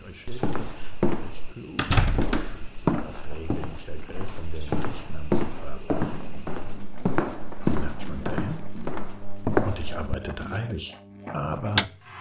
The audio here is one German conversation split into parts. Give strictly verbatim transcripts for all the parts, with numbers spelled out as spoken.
euch schädigt, das ist echt klug. Das rege mich ja Geld von den Rechnern zu fördern. Merkt man dahin. Und ich arbeitete eilig. Aber...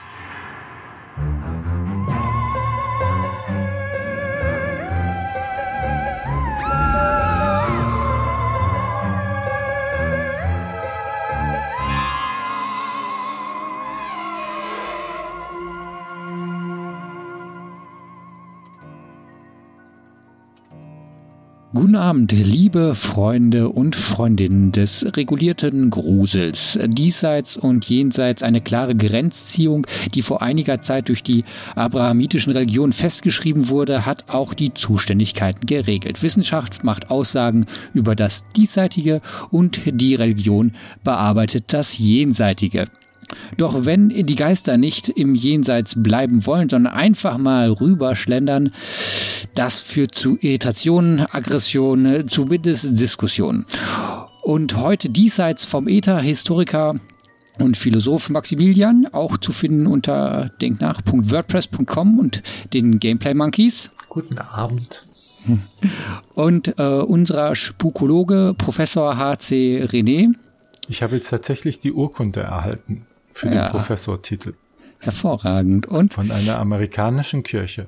Guten Abend, liebe Freunde und Freundinnen des regulierten Grusels. Diesseits und jenseits eine klare Grenzziehung, die vor einiger Zeit durch die abrahamitischen Religionen festgeschrieben wurde, hat auch die Zuständigkeiten geregelt. Wissenschaft macht Aussagen über das Diesseitige und die Religion bearbeitet das Jenseitige. Doch wenn die Geister nicht im Jenseits bleiben wollen, sondern einfach mal rüberschlendern, das führt zu Irritationen, Aggressionen, zumindest Diskussionen. Und heute diesseits vom Äther Historiker und Philosoph Maximilian, auch zu finden unter denknach punkt wordpress punkt com und den Gameplay Monkeys. Guten Abend. Und äh, unserer Spukologe Professor H C René. Ich habe jetzt tatsächlich die Urkunde erhalten für den ja. Professortitel. Hervorragend. Und von einer amerikanischen Kirche.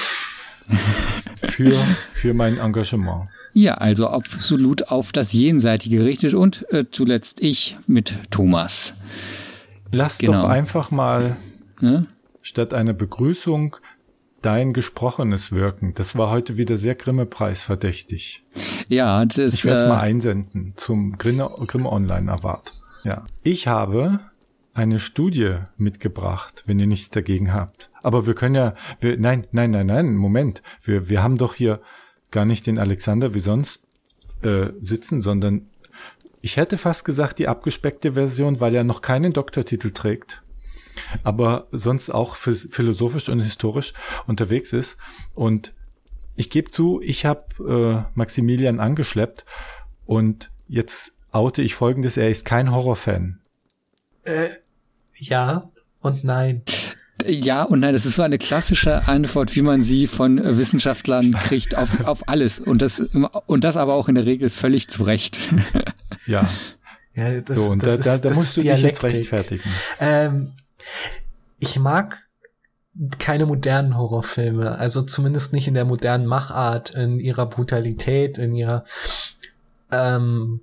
für, für mein Engagement. Ja, also absolut auf das Jenseitige gerichtet und äh, zuletzt ich mit Thomas. Lass genau. doch einfach mal hm? statt einer Begrüßung dein Gesprochenes wirken. Das war heute wieder sehr Grimme-Preis verdächtig. Ja, das ist... Ich werde es äh, mal einsenden zum Grimme, Grimme Online Award. Ja. Ich habe eine Studie mitgebracht, wenn ihr nichts dagegen habt. Aber wir können ja, wir, nein, nein, nein, nein, Moment. Wir, wir haben doch hier gar nicht den Alexander wie sonst äh, sitzen, sondern ich hätte fast gesagt die abgespeckte Version, weil er noch keinen Doktortitel trägt, aber sonst auch philosophisch und historisch unterwegs ist. Und ich gebe zu, ich habe äh, Maximilian angeschleppt und jetzt oute ich Folgendes, er ist kein Horrorfan. Äh, ja und nein. Ja und nein, das ist so eine klassische Antwort, wie man sie von Wissenschaftlern kriegt auf, auf alles. Und das, und das aber auch in der Regel völlig zu Recht. Ja. Ja, das, so, und das da, ist, da, da das musst du dich jetzt rechtfertigen. Ähm, ich mag keine modernen Horrorfilme, also zumindest nicht in der modernen Machart, in ihrer Brutalität, in ihrer ähm,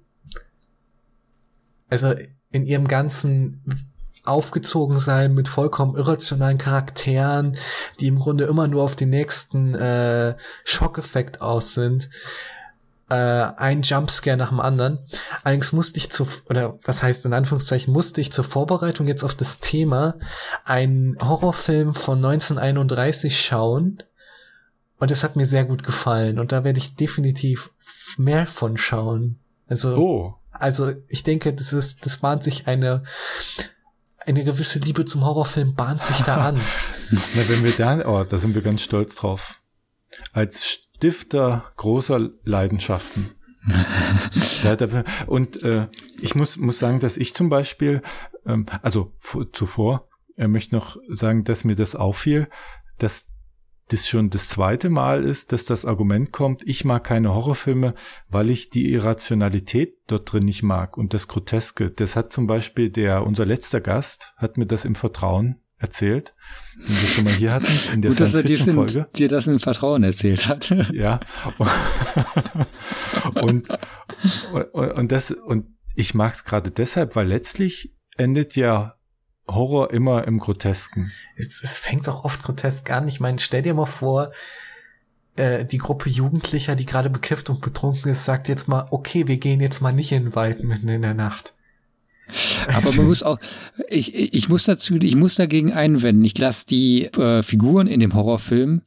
also in ihrem ganzen aufgezogen sein mit vollkommen irrationalen Charakteren, die im Grunde immer nur auf den nächsten äh, Schockeffekt aus sind. Äh, ein Jumpscare nach dem anderen. Allerdings musste ich zu, oder was heißt in Anführungszeichen, musste ich zur Vorbereitung jetzt auf das Thema einen Horrorfilm von neunzehnhunderteinunddreißig schauen und es hat mir sehr gut gefallen und da werde ich definitiv mehr von schauen. Also, oh. also ich denke, das ist, das bahnt sich eine eine gewisse Liebe zum Horrorfilm bahnt sich da an. Na, wenn wir da, oh, da sind wir ganz stolz drauf. Als Stifter großer Leidenschaften. Und äh, ich muss muss sagen, dass ich zum Beispiel, ähm, also f- zuvor, äh, möchte noch sagen, dass mir das auffiel, dass das schon das zweite Mal ist, dass das Argument kommt, ich mag keine Horrorfilme, weil ich die Irrationalität dort drin nicht mag und das Groteske. Das hat zum Beispiel der, unser letzter Gast, hat mir das im Vertrauen erzählt, den wir schon mal hier hatten, in der Gut, dass er dir, Science-Fiction-Folge. dir das im Vertrauen erzählt hat. Ja. und, und, und das, und ich mag es gerade deshalb, weil letztlich endet ja Horror immer im Grotesken. Es, es fängt auch oft grotesk an. Ich meine, stell dir mal vor, äh, die Gruppe Jugendlicher, die gerade bekifft und betrunken ist, sagt jetzt mal, okay, wir gehen jetzt mal nicht in den Wald mitten in der Nacht. Aber man muss auch, ich, ich muss dazu, ich muss dagegen einwenden. Ich lasse die äh, Figuren in dem Horrorfilm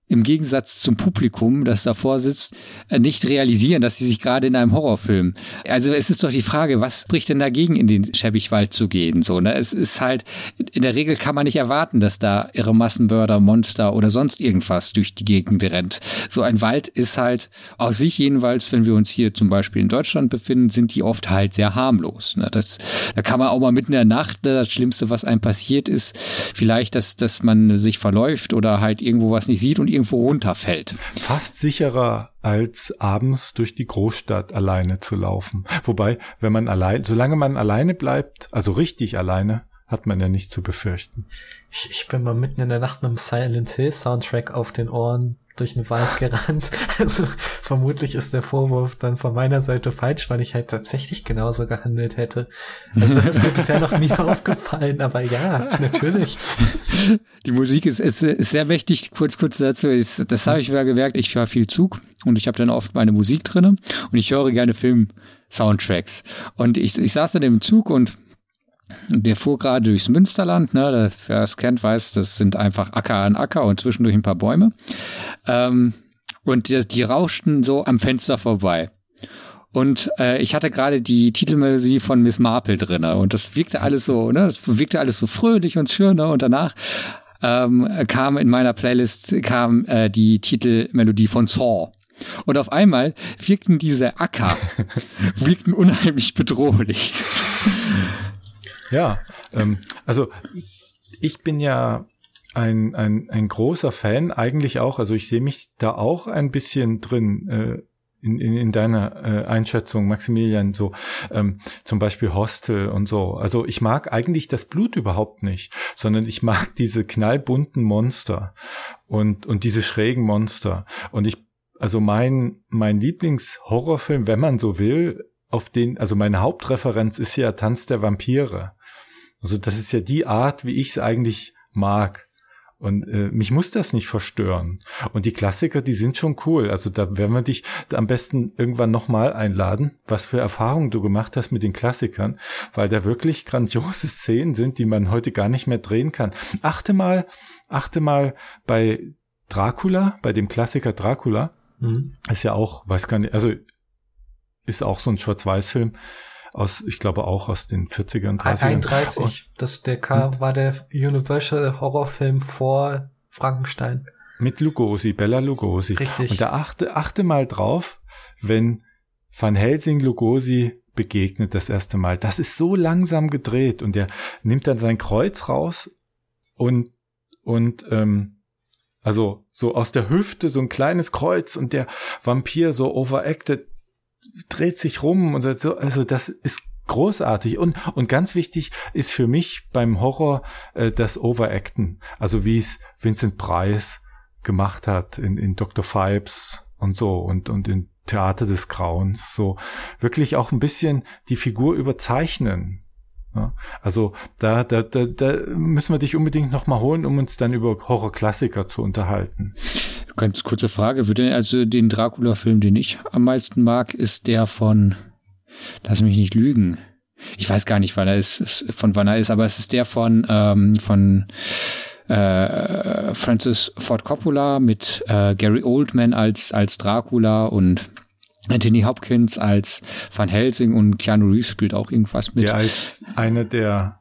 im Gegensatz zum Publikum, das davor sitzt, nicht realisieren, dass sie sich gerade in einem Horrorfilm. Also es ist doch die Frage, was spricht denn dagegen, in den Schäbigwald zu gehen? So, ne? Es ist halt, in der Regel kann man nicht erwarten, dass da irre Massenmörder, Monster oder sonst irgendwas durch die Gegend rennt. So ein Wald ist halt, aus sich jedenfalls, wenn wir uns hier zum Beispiel in Deutschland befinden, sind die oft halt sehr harmlos. Ne? Das, da kann man auch mal mitten in der Nacht, ne, das Schlimmste, was einem passiert ist, vielleicht, dass, dass man sich verläuft oder halt irgendwo was nicht sieht und irgendwo runterfällt. Fast sicherer als abends durch die Großstadt alleine zu laufen. Wobei, wenn man allein, solange man alleine bleibt, also richtig alleine, hat man ja nicht zu befürchten. Ich, ich bin mal mitten in der Nacht mit dem Silent Hill Soundtrack auf den Ohren durch den Wald gerannt. Also vermutlich ist der Vorwurf dann von meiner Seite falsch, weil ich halt tatsächlich genauso gehandelt hätte. Also das ist mir bisher noch nie aufgefallen, aber ja, natürlich. Die Musik ist, ist, ist sehr mächtig. Kurz, kurz dazu, ist, das habe ich ja gemerkt, ich fahre viel Zug und ich habe dann oft meine Musik drinne und ich höre gerne Film-Soundtracks. Und ich, ich saß dann im Zug und der fuhr gerade durchs Münsterland, ne, wer es kennt, weiß, das sind einfach Acker an Acker und zwischendurch ein paar Bäume. Ähm, und die, die rauschten so am Fenster vorbei. Und äh, ich hatte gerade die Titelmelodie von Miss Marple drin und das wirkte alles so, ne, das wirkte alles so fröhlich und schön, ne, und danach ähm, kam in meiner Playlist kam äh, die Titelmelodie von Saw. Und auf einmal wirkten diese Acker, wirkten unheimlich bedrohlich. Ja, ähm, also ich bin ja ein, ein, ein großer Fan, eigentlich auch, also ich sehe mich da auch ein bisschen drin, äh, in, in, in deiner äh, Einschätzung, Maximilian, so ähm, zum Beispiel Hostel und so. Also ich mag eigentlich das Blut überhaupt nicht, sondern ich mag diese knallbunten Monster und, und diese schrägen Monster. Und ich, also mein, mein Lieblingshorrorfilm, wenn man so will, auf den, also meine Hauptreferenz ist ja Tanz der Vampire. Also das ist ja die Art, wie ich es eigentlich mag. Und äh, mich muss das nicht verstören. Und die Klassiker, die sind schon cool. Also da werden wir dich am besten irgendwann nochmal einladen, was für Erfahrungen du gemacht hast mit den Klassikern, weil da wirklich grandiose Szenen sind, die man heute gar nicht mehr drehen kann. Achte mal, achte mal bei Dracula, bei dem Klassiker Dracula, mhm. ist ja auch, weiß gar nicht, also ist auch so ein Schwarz-Weiß-Film aus, ich glaube auch aus den vierzigern, dreißigern. einunddreißig, das der K war der Universal Horrorfilm vor Frankenstein. Mit Lugosi, Bela Lugosi. Richtig. Und da achte, achte mal drauf, wenn Van Helsing Lugosi begegnet das erste Mal. Das ist so langsam gedreht und der nimmt dann sein Kreuz raus und, und, ähm, also so aus der Hüfte so ein kleines Kreuz und der Vampir so overacted dreht sich rum und so, also das ist großartig und und ganz wichtig ist für mich beim Horror äh, das Overacten, also wie es Vincent Price gemacht hat in in Doktor Phibes und so und und in Theater des Grauens, so wirklich auch ein bisschen die Figur überzeichnen. Ja, also da, da, da, da müssen wir dich unbedingt nochmal holen, um uns dann über Horrorklassiker zu unterhalten. Ganz kurze Frage, würde also den Dracula-Film, den ich am meisten mag, ist der von, lass mich nicht lügen, ich weiß gar nicht, wann er ist, von wann er ist, aber es ist der von ähm, von äh, Francis Ford Coppola mit äh, Gary Oldman als als Dracula und Anthony Hopkins als Van Helsing und Keanu Reeves spielt auch irgendwas mit. Der als einer der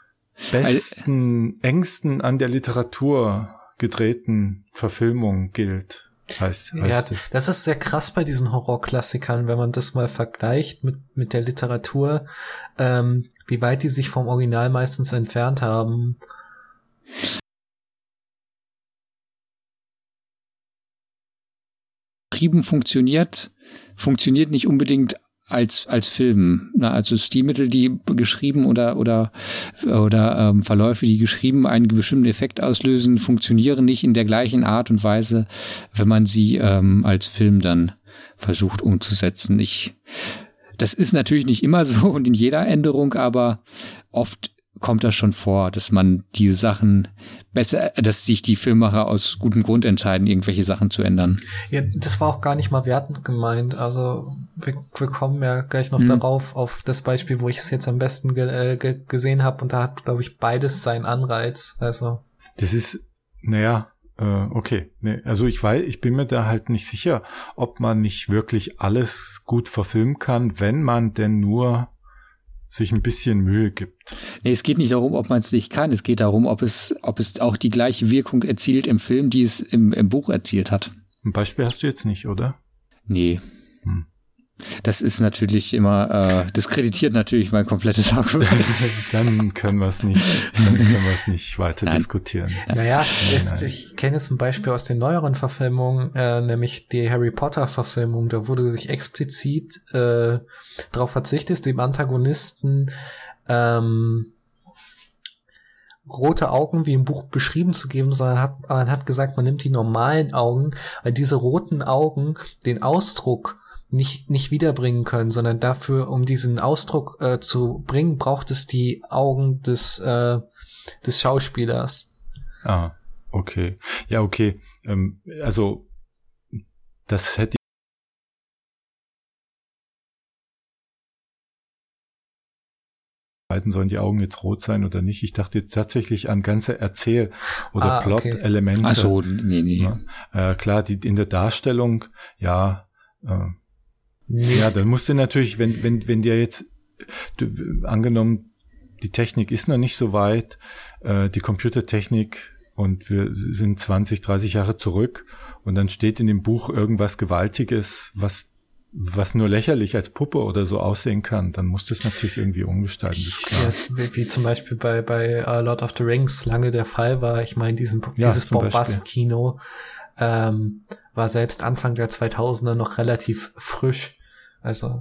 besten, engsten an der Literatur gedrehten Verfilmungen gilt. Heißt, heißt ja, es. Das ist sehr krass bei diesen Horrorklassikern, wenn man das mal vergleicht mit mit der Literatur, ähm, wie weit die sich vom Original meistens entfernt haben. Funktioniert, funktioniert nicht unbedingt als als Film. Na, also Stilmittel, die geschrieben oder oder oder ähm, Verläufe, die geschrieben einen bestimmten Effekt auslösen, funktionieren nicht in der gleichen Art und Weise, wenn man sie ähm, als Film dann versucht umzusetzen. Ich, das ist natürlich nicht immer so und in jeder Änderung, aber oft kommt das schon vor, dass man diese Sachen besser, dass sich die Filmemacher aus gutem Grund entscheiden, irgendwelche Sachen zu ändern. Ja, das war auch gar nicht mal wertend gemeint. Also wir, wir kommen ja gleich noch mhm. darauf, auf das Beispiel, wo ich es jetzt am besten ge, ge, gesehen habe und da hat, glaube ich, beides seinen Anreiz. Also das ist, naja, Äh, okay, nee, also ich weiß, ich bin mir da halt nicht sicher, ob man nicht wirklich alles gut verfilmen kann, wenn man denn nur sich ein bisschen Mühe gibt. Nee, es geht nicht darum, ob man es nicht kann. Es geht darum, ob es, ob es auch die gleiche Wirkung erzielt im Film, die es im, im Buch erzielt hat. Ein Beispiel hast du jetzt nicht, oder? Nee. Hm. Das ist natürlich immer, äh, diskreditiert natürlich mein komplettes Argument. Dann können wir es nicht, dann können wir es nicht weiter nein. diskutieren. Naja, nein, es, nein. ich kenne jetzt ein Beispiel aus den neueren Verfilmungen, äh, nämlich die Harry Potter Verfilmung. Da wurde sich explizit äh, darauf verzichtet, dem Antagonisten ähm, rote Augen wie im Buch beschrieben zu geben, sondern hat, man hat gesagt, man nimmt die normalen Augen, weil diese roten Augen den Ausdruck nicht nicht wiederbringen können, sondern dafür, um diesen Ausdruck äh, zu bringen, braucht es die Augen des äh, des Schauspielers. Ah, okay. Ja, okay. Ähm, also das hätte sollen die Augen jetzt rot sein oder nicht? Ich dachte jetzt tatsächlich an ganze Erzähl- oder ah, okay. Plot-Elemente. Ach so, nee, nee. Ja, äh, klar, die in der Darstellung, ja, äh, nee. Ja, dann musst du natürlich, wenn wenn wenn dir jetzt du, angenommen, die Technik ist noch nicht so weit, äh, die Computertechnik, und wir sind zwanzig, dreißig Jahre zurück, und dann steht in dem Buch irgendwas Gewaltiges, was was nur lächerlich als Puppe oder so aussehen kann, dann musst du es natürlich irgendwie umgestalten, das ist klar. Ja, wie, wie zum Beispiel bei bei uh, Lord of the Rings lange der Fall war. Ich meine, diesen Ja, dieses zum Bombast-Kino ähm, war selbst Anfang der zweitausender noch relativ frisch. Also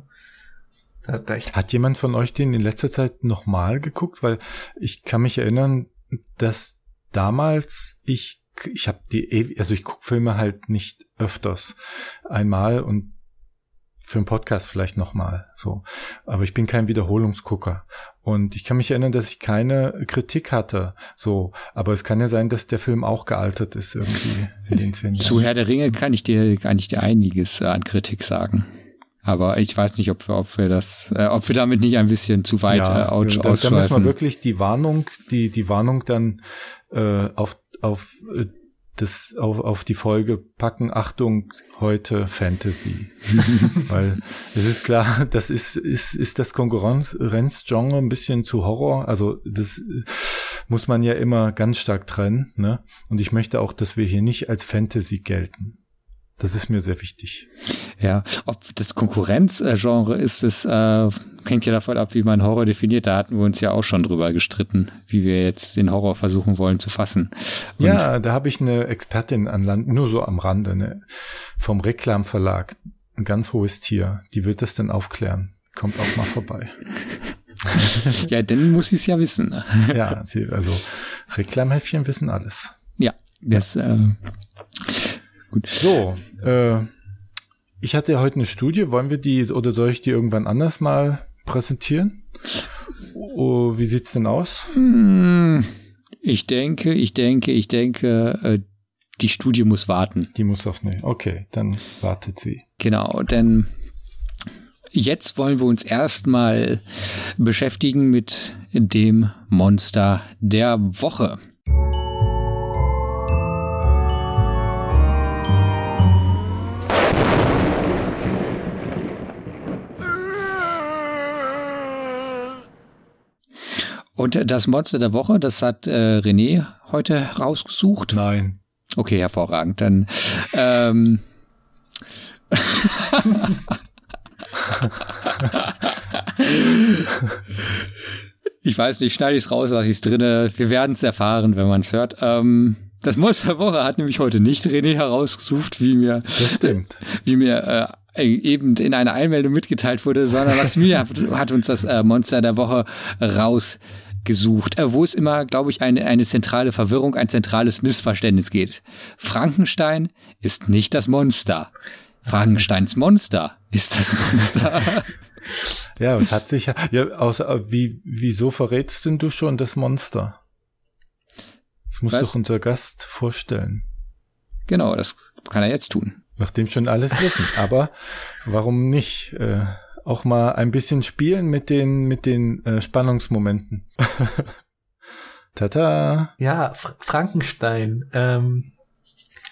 da, da ich Hat jemand von euch den in letzter Zeit nochmal geguckt? Weil ich kann mich erinnern, dass damals ich, ich habe die, also ich gucke Filme halt nicht öfters. Einmal und für einen Podcast vielleicht nochmal, so. Aber ich bin kein Wiederholungsgucker. Und ich kann mich erinnern, dass ich keine Kritik hatte, so. Aber es kann ja sein, dass der Film auch gealtert ist irgendwie in den zehn Jahren. Zu Herr der Ringe kann ich dir, kann ich dir einiges äh, an Kritik sagen. Aber ich weiß nicht, ob wir, ob wir das, äh, ob wir damit nicht ein bisschen zu weit ja, äh, aus, da, ausschweifen. Da muss man wirklich die Warnung, die die Warnung dann äh, auf auf äh, das auf auf die Folge packen. Achtung, heute Fantasy, weil es ist klar, das ist ist ist das Konkurrenzgenre ein bisschen zu Horror. Also das muss man ja immer ganz stark trennen, ne? Und ich möchte auch, dass wir hier nicht als Fantasy gelten. Das ist mir sehr wichtig. Ja, ob das Konkurrenzgenre ist, es äh, hängt ja davon ab, wie man Horror definiert. Da hatten wir uns ja auch schon drüber gestritten, wie wir jetzt den Horror versuchen wollen zu fassen. Und ja, da habe ich eine Expertin an Land, nur so am Rande, ne, vom Reklamverlag, ein ganz hohes Tier. Die wird das dann aufklären. Kommt auch mal vorbei. Ja, dann muss sie es ja wissen. Ja, sie, also Reklamhäffchen wissen alles. Ja, das äh, gut. So, äh, ich hatte ja heute eine Studie. Wollen wir die, oder soll ich die irgendwann anders mal präsentieren? Oh, wie sieht's denn aus? Hm, ich denke, ich denke, ich denke, äh, die Studie muss warten. Die muss auf ne. Okay, dann wartet sie. Genau, denn jetzt wollen wir uns erstmal beschäftigen mit dem Monster der Woche. Und das Monster der Woche, das hat äh, René heute rausgesucht. Nein. Okay, hervorragend. Dann ähm, ich weiß nicht, schneide ich es raus, lasse ich es drinne. Wir werden es erfahren, wenn man es hört. Ähm, das Monster der Woche hat nämlich heute nicht René herausgesucht, wie mir, das stimmt. wie mir äh, eben in einer Einmeldung mitgeteilt wurde, sondern Maximilian hat uns das äh, Monster der Woche rausgesucht, äh, wo es immer, glaube ich, eine, eine zentrale Verwirrung, ein zentrales Missverständnis geht. Frankenstein ist nicht das Monster. Frankensteins Monster ist das Monster. Ja, es hat sich ja, außer, wie, wieso verrätst denn du schon das Monster? Das muss Was? Doch unser Gast vorstellen. Genau, das kann er jetzt tun. Nachdem schon alles wissen, aber warum nicht äh, auch mal ein bisschen spielen mit den mit den äh, Spannungsmomenten. Tata. Ja, F- Frankenstein. Ähm,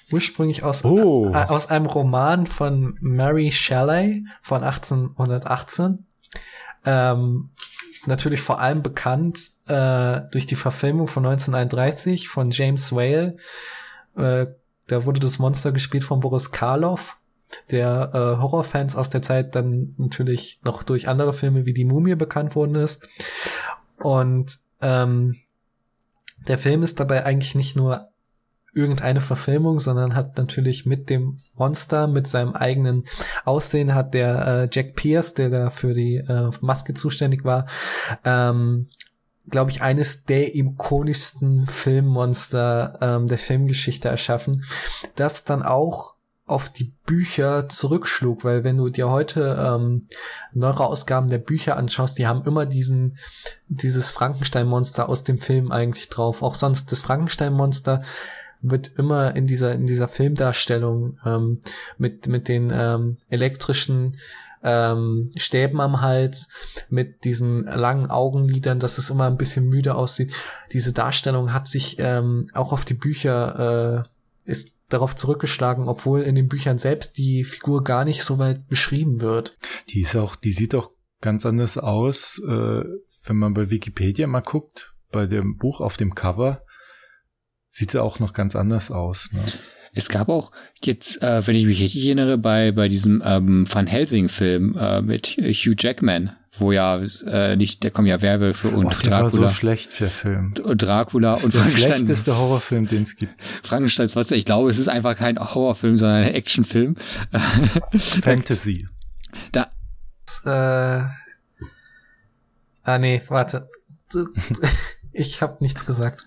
ursprünglich aus, oh. äh, aus einem Roman von Mary Shelley von achtzehnhundertachtzehn. Ähm, natürlich vor allem bekannt äh, durch die Verfilmung von neunzehnhunderteinunddreißig von James Whale. Äh, da wurde das Monster gespielt von Boris Karloff, der äh, Horrorfans aus der Zeit dann natürlich noch durch andere Filme wie Die Mumie bekannt worden ist. Und ähm, der Film ist dabei eigentlich nicht nur irgendeine Verfilmung, sondern hat natürlich mit dem Monster, mit seinem eigenen Aussehen, hat der äh, Jack Pierce, der da für die äh, Maske zuständig war, ähm, glaube ich, eines der ikonischsten Filmmonster ähm, der Filmgeschichte erschaffen, das dann auch auf die Bücher zurückschlug, weil wenn du dir heute ähm, neuere Ausgaben der Bücher anschaust, die haben immer diesen dieses Frankenstein-Monster aus dem Film eigentlich drauf. Auch sonst, das Frankenstein-Monster wird immer in dieser in dieser Filmdarstellung ähm, mit mit den ähm, elektrischen ähm, Stäben am Hals, mit diesen langen Augenlidern, dass es immer ein bisschen müde aussieht. Diese Darstellung hat sich ähm, auch auf die Bücher äh, ist darauf zurückgeschlagen, obwohl in den Büchern selbst die Figur gar nicht so weit beschrieben wird. Die ist auch, die sieht auch ganz anders aus, äh, wenn man bei Wikipedia mal guckt, bei dem Buch auf dem Cover, sieht sie auch noch ganz anders aus. Ne? Es gab auch jetzt, äh, wenn ich mich richtig erinnere, bei bei diesem ähm, Van Helsing-Film äh, mit Hugh Jackman, wo ja äh, nicht, da kommen ja Werwölfe und oh, der Dracula. War so schlecht verfilmt. Und Dracula das ist und der Frankenstein. Schlechteste Horrorfilm, den es gibt. Frankensteins Monster. Ich glaube, es ist einfach kein Horrorfilm, sondern ein Actionfilm. Fantasy. Da. Äh, ah nee, warte. Ich habe nichts gesagt.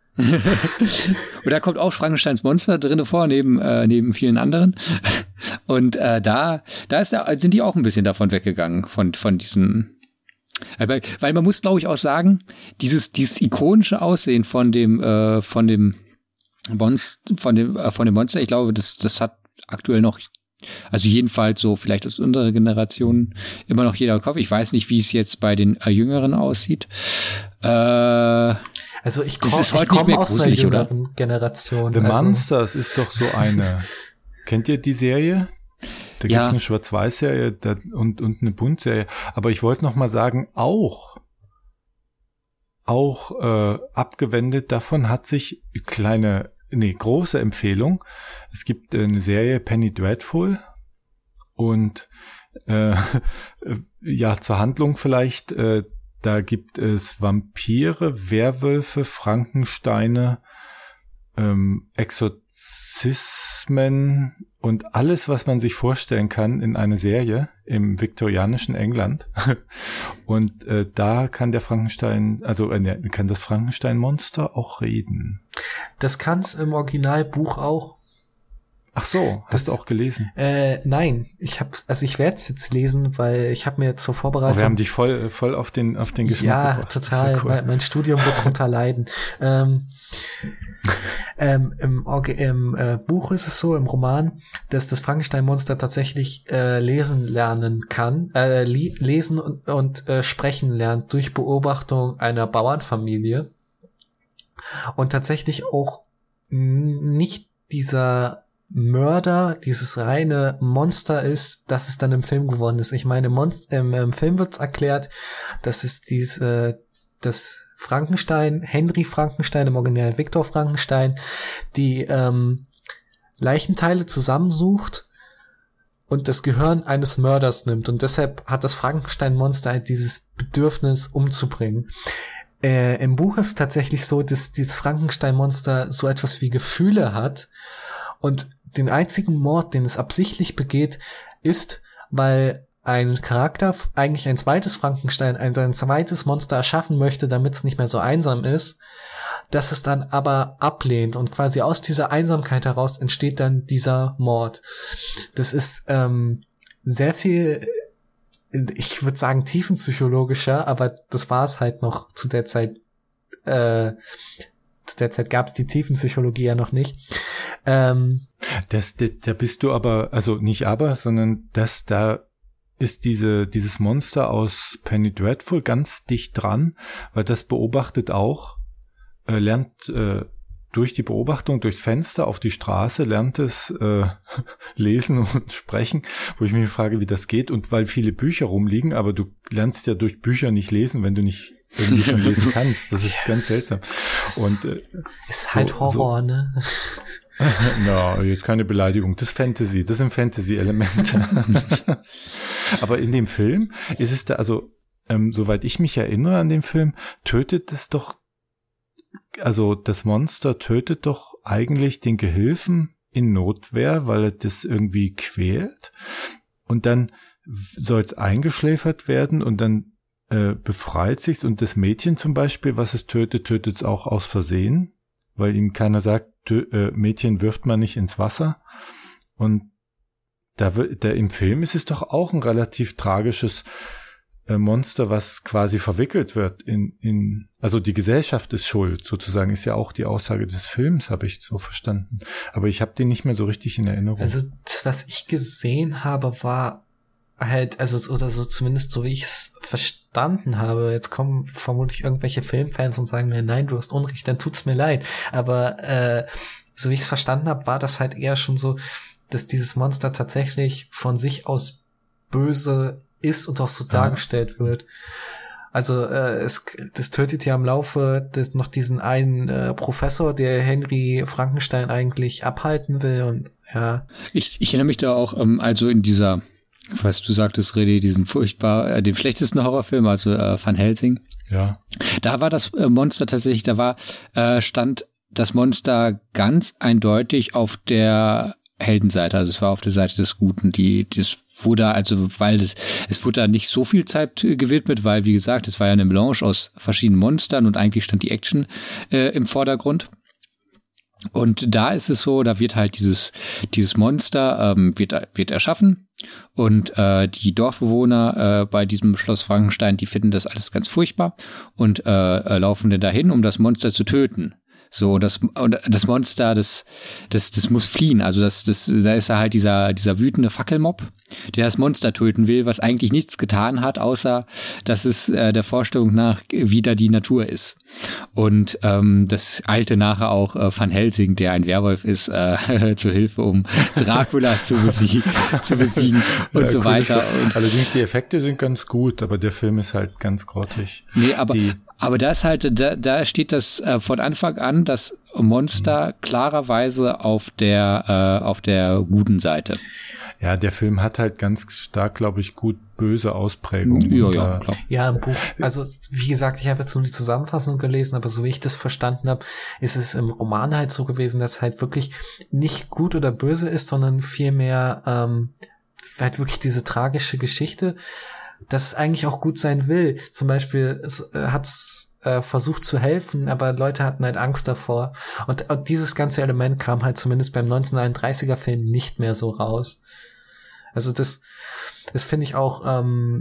Und da kommt auch Frankensteins Monster drinne vor, neben äh, neben vielen anderen. Und äh, da da ist da sind die auch ein bisschen davon weggegangen von von diesem, weil, weil man muss, glaube ich, auch sagen, dieses dieses ikonische Aussehen von dem äh, von dem Monster von dem äh, von dem Monster, ich glaube, das das hat aktuell noch, also jedenfalls so vielleicht aus unserer Generation immer noch jeder im Kopf. Ich weiß nicht, wie es jetzt bei den äh, Jüngeren aussieht. Äh, Also ich Das komme ist heute komm nicht mehr aus einer gruselig, oder? jüngeren Generation. The also, Monsters ist doch so eine. Kennt ihr die Serie? Da Ja. gibt's eine Schwarz-Weiß-Serie da, und, und eine Bunt-Serie. Aber ich wollte noch mal sagen, auch, auch äh, abgewendet davon hat sich kleine, nee, große Empfehlung. Es gibt eine Serie Penny Dreadful und äh, ja, zur Handlung vielleicht, äh, da gibt es Vampire, Werwölfe, Frankensteine, ähm, Exorzismen und alles, was man sich vorstellen kann in einer Serie im viktorianischen England. Und äh, da kann der Frankenstein, also äh, kann das Frankenstein-Monster auch reden. Das kann's im Originalbuch auch. Ach so, hast Das- du auch gelesen? Äh, nein, ich habe, also ich werde es jetzt lesen, weil ich habe mir zur Oh, Vorbereitung wir haben dich voll, voll auf den, auf den Geschmack ja, gebracht. Das ist total. ja cool. mein, mein Studium wird drunter leiden. Ähm, ähm, Im, Orgi- im äh, Buch ist es so, im Roman, dass das Frankenstein-Monster tatsächlich äh, lesen lernen kann, äh, li- lesen und, und äh, sprechen lernt durch Beobachtung einer Bauernfamilie und tatsächlich auch n- nicht dieser Mörder, dieses reine Monster ist, das es dann im Film geworden ist. Ich meine, Monst- im, im Film wird's erklärt, dass es dies, äh, das Frankenstein, Henry Frankenstein, im Original Viktor Frankenstein, die ähm, Leichenteile zusammensucht und das Gehirn eines Mörders nimmt. Und deshalb hat das Frankenstein-Monster halt dieses Bedürfnis umzubringen. Äh, im Buch ist es tatsächlich so, dass dieses Frankenstein-Monster so etwas wie Gefühle hat und den einzigen Mord, den es absichtlich begeht, ist, weil ein Charakter eigentlich ein zweites Frankenstein, ein, ein zweites Monster erschaffen möchte, damit es nicht mehr so einsam ist, dass es dann aber ablehnt und quasi aus dieser Einsamkeit heraus entsteht dann dieser Mord. Das ist ähm, sehr viel, ich würde sagen tiefenpsychologischer, aber das war es halt noch zu der Zeit. Äh, zu der Zeit gab es die Tiefenpsychologie ja noch nicht. Ähm, Das, da, da bist du aber, also nicht aber, sondern das, da ist diese, dieses Monster aus Penny Dreadful ganz dicht dran, weil das beobachtet auch, äh, lernt, äh, durch die Beobachtung, durchs Fenster auf die Straße lernt es äh, lesen und sprechen, wo ich mich frage, wie das geht. Und weil viele Bücher rumliegen, aber du lernst ja durch Bücher nicht lesen, wenn du nicht irgendwie schon lesen kannst. Das ist ganz seltsam. Und äh, ist halt so, Horror, so. Ne? Na, no, jetzt keine Beleidigung. Das ist Fantasy, das sind Fantasy-Elemente. Aber in dem Film ist es da, also ähm, soweit ich mich erinnere an den Film, tötet es doch, also das Monster tötet doch eigentlich den Gehilfen in Notwehr, weil er das irgendwie quält. Und dann soll es eingeschläfert werden und dann äh, befreit sich's. Und das Mädchen zum Beispiel, was es tötet, tötet es auch aus Versehen, weil ihm keiner sagt, tö- äh, Mädchen wirft man nicht ins Wasser. Und da, wird, da im Film ist es doch auch ein relativ tragisches Monster, was quasi verwickelt wird in, in, also die Gesellschaft ist schuld, sozusagen, ist ja auch die Aussage des Films, habe ich so verstanden. Aber ich habe den nicht mehr so richtig in Erinnerung. Also das, was ich gesehen habe, war halt, also oder so zumindest so wie ich es verstanden habe. Jetzt kommen vermutlich irgendwelche Filmfans und sagen mir, nein, du hast Unrecht, dann tut's mir leid. Aber äh, so wie ich es verstanden habe, war das halt eher schon so, dass dieses Monster tatsächlich von sich aus böse ist und auch so dargestellt wird. Also äh, es das tötet ja im Laufe des noch diesen einen äh, Professor, der Henry Frankenstein eigentlich abhalten will und ja. Ich, ich erinnere mich da auch, ähm, also in dieser, was du sagtest, René, diesem furchtbar, äh, dem schlechtesten Horrorfilm, also äh, Van Helsing. Ja. Da war das äh, Monster tatsächlich, da war, äh, stand das Monster ganz eindeutig auf der Heldenseite, also es war auf der Seite des Guten, die, das wurde also, weil es, es wurde da nicht so viel Zeit gewidmet, weil, wie gesagt, es war ja eine Melange aus verschiedenen Monstern und eigentlich stand die Action äh, im Vordergrund. Und da ist es so, da wird halt dieses, dieses Monster, ähm, wird, wird erschaffen und äh, die Dorfbewohner äh, bei diesem Schloss Frankenstein, die finden das alles ganz furchtbar und äh, laufen dann dahin, um das Monster zu töten. So, das, und das Monster, das, das, das muss fliehen. Also das, das, da ist er halt dieser, dieser wütende Fackelmob, der das Monster töten will, was eigentlich nichts getan hat, außer, dass es äh, der Vorstellung nach wieder die Natur ist. Und ähm, das eilte nachher auch äh, Van Helsing, der ein Werwolf ist, äh, zur Hilfe, um Dracula zu besiegen, zu besiegen und ja, so cool. weiter. Und allerdings die Effekte sind ganz gut, aber der Film ist halt ganz grottig. Nee, aber die Aber da ist halt, da, da steht das äh, von Anfang an, das Monster klarerweise auf der, äh, auf der guten Seite. Ja, der Film hat halt ganz stark, glaube ich, gut böse Ausprägungen. Ja, ja, klar. Ja, im Buch. Also, wie gesagt, ich habe jetzt nur die Zusammenfassung gelesen, aber so wie ich das verstanden habe, ist es im Roman halt so gewesen, dass halt wirklich nicht gut oder böse ist, sondern vielmehr ähm, halt wirklich diese tragische Geschichte, dass es eigentlich auch gut sein will. Zum Beispiel es, äh, hat's äh, versucht zu helfen, aber Leute hatten halt Angst davor. Und, und dieses ganze Element kam halt zumindest beim neunzehnhunderteinunddreißiger Film nicht mehr so raus. Also das, das finde ich auch ähm,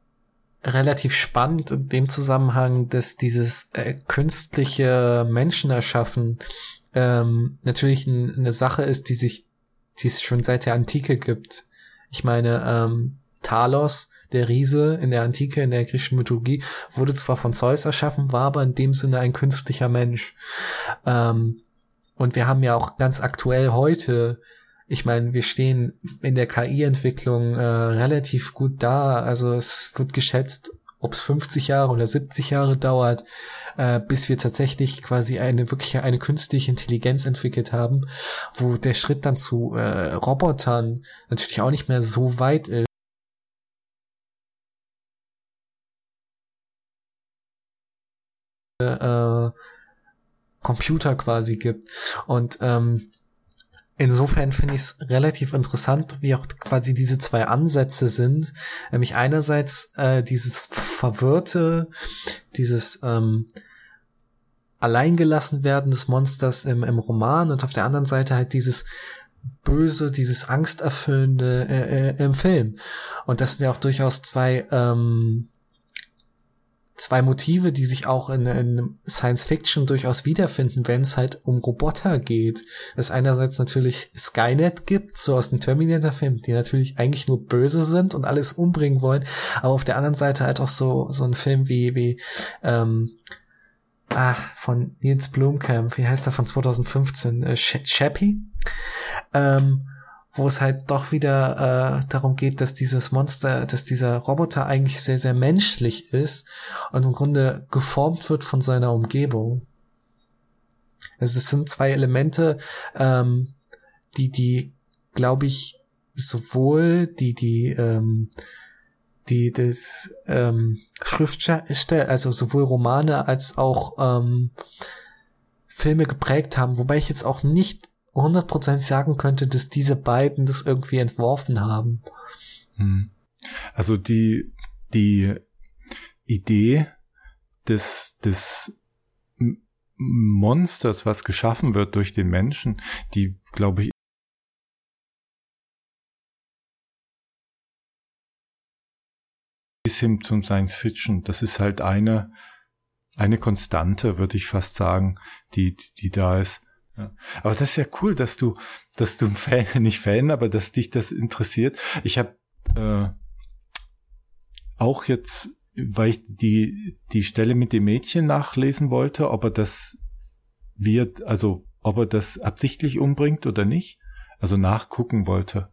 relativ spannend in dem Zusammenhang, dass dieses äh, künstliche Menschenerschaffen ähm, natürlich ein, eine Sache ist, die sich, die es schon seit der Antike gibt. Ich meine, ähm, Talos, der Riese in der Antike, in der griechischen Mythologie, wurde zwar von Zeus erschaffen, war aber in dem Sinne ein künstlicher Mensch. Ähm, und wir haben ja auch ganz aktuell heute, ich meine, wir stehen in der K I-Entwicklung äh, relativ gut da. Also es wird geschätzt, ob es fünfzig Jahre oder siebzig Jahre dauert, äh, bis wir tatsächlich quasi eine wirklich eine künstliche Intelligenz entwickelt haben, wo der Schritt dann zu äh, Robotern natürlich auch nicht mehr so weit ist. Äh, Computer quasi gibt. Und ähm, insofern finde ich es relativ interessant, wie auch quasi diese zwei Ansätze sind. Nämlich einerseits äh, dieses Verwirrte, dieses ähm, Alleingelassen-werden des Monsters im, im Roman und auf der anderen Seite halt dieses Böse, dieses Angsterfüllende äh, äh, im Film. Und das sind ja auch durchaus zwei ähm, zwei Motive, die sich auch in, in Science Fiction durchaus wiederfinden, wenn es halt um Roboter geht. Es einerseits natürlich Skynet gibt, so aus dem Terminator-Film, die natürlich eigentlich nur böse sind und alles umbringen wollen, aber auf der anderen Seite halt auch so so ein Film wie wie ähm, ah, von Nils Blomkamp, wie heißt er, von zwanzig fünfzehn, äh, Chappie, ähm, wo es halt doch wieder äh, darum geht, dass dieses Monster, dass dieser Roboter eigentlich sehr, sehr menschlich ist und im Grunde geformt wird von seiner Umgebung. Also es sind zwei Elemente, ähm, die, die, glaube ich, sowohl die, die, ähm, die das ähm, Schriftsteller, also sowohl Romane als auch ähm, Filme geprägt haben, wobei ich jetzt auch nicht hundert Prozent sagen könnte, dass diese beiden das irgendwie entworfen haben. Also die, die Idee des, des Monsters, was geschaffen wird durch den Menschen, die, glaube ich, bis hin zum Science Fiction, das ist halt eine, eine Konstante, würde ich fast sagen, die, die da ist. Ja. Aber das ist ja cool, dass du, dass du ein Fan, nicht Fan, aber dass dich das interessiert. Ich habe äh, auch jetzt, weil ich die die Stelle mit dem Mädchen nachlesen wollte, ob er das wird, also ob er das absichtlich umbringt oder nicht, also nachgucken wollte.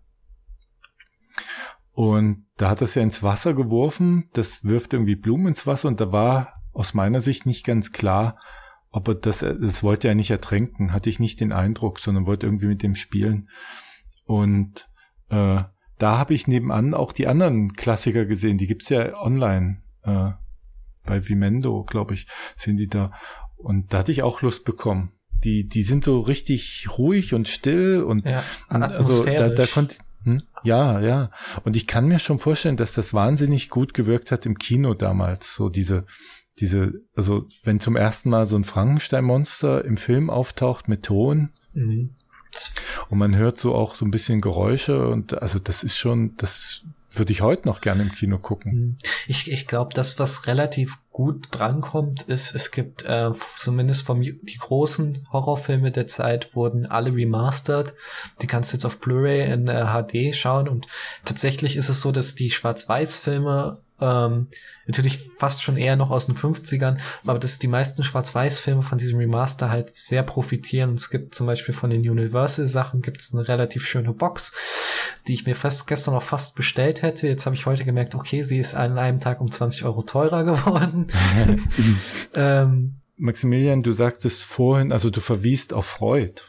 Und da hat er es ja ins Wasser geworfen, das wirft irgendwie Blumen ins Wasser und da war aus meiner Sicht nicht ganz klar, ob er das, das wollte er nicht ertränken, hatte ich nicht den Eindruck, sondern wollte irgendwie mit dem spielen. Und äh, da habe ich nebenan auch die anderen Klassiker gesehen, die gibt's ja online, äh, bei Vimendo, glaube ich, sind die da. Und da hatte ich auch Lust bekommen. Die, die sind so richtig ruhig und still und, ja, und also da, da konnte hm? ja, ja. Und ich kann mir schon vorstellen, dass das wahnsinnig gut gewirkt hat im Kino damals, so diese Diese, also wenn zum ersten Mal so ein Frankenstein-Monster im Film auftaucht mit Ton mhm. und man hört so auch so ein bisschen Geräusche und also das ist schon, das würde ich heute noch gerne im Kino gucken. Ich, ich glaube, das, was relativ gut drankommt, ist, es gibt äh, zumindest vom die großen Horrorfilme der Zeit wurden alle remastered. Die kannst du jetzt auf Blu-ray in äh, H D schauen und tatsächlich ist es so, dass die Schwarz-Weiß-Filme Ähm, natürlich fast schon eher noch aus den fünfzigern, aber dass die meisten Schwarz-Weiß-Filme von diesem Remaster halt sehr profitieren. Und es gibt zum Beispiel von den Universal-Sachen gibt es eine relativ schöne Box, die ich mir fast gestern noch fast bestellt hätte. Jetzt habe ich heute gemerkt, okay, sie ist an einem Tag um zwanzig Euro teurer geworden. ähm, Maximilian, du sagtest vorhin, also du verwiest auf Freud.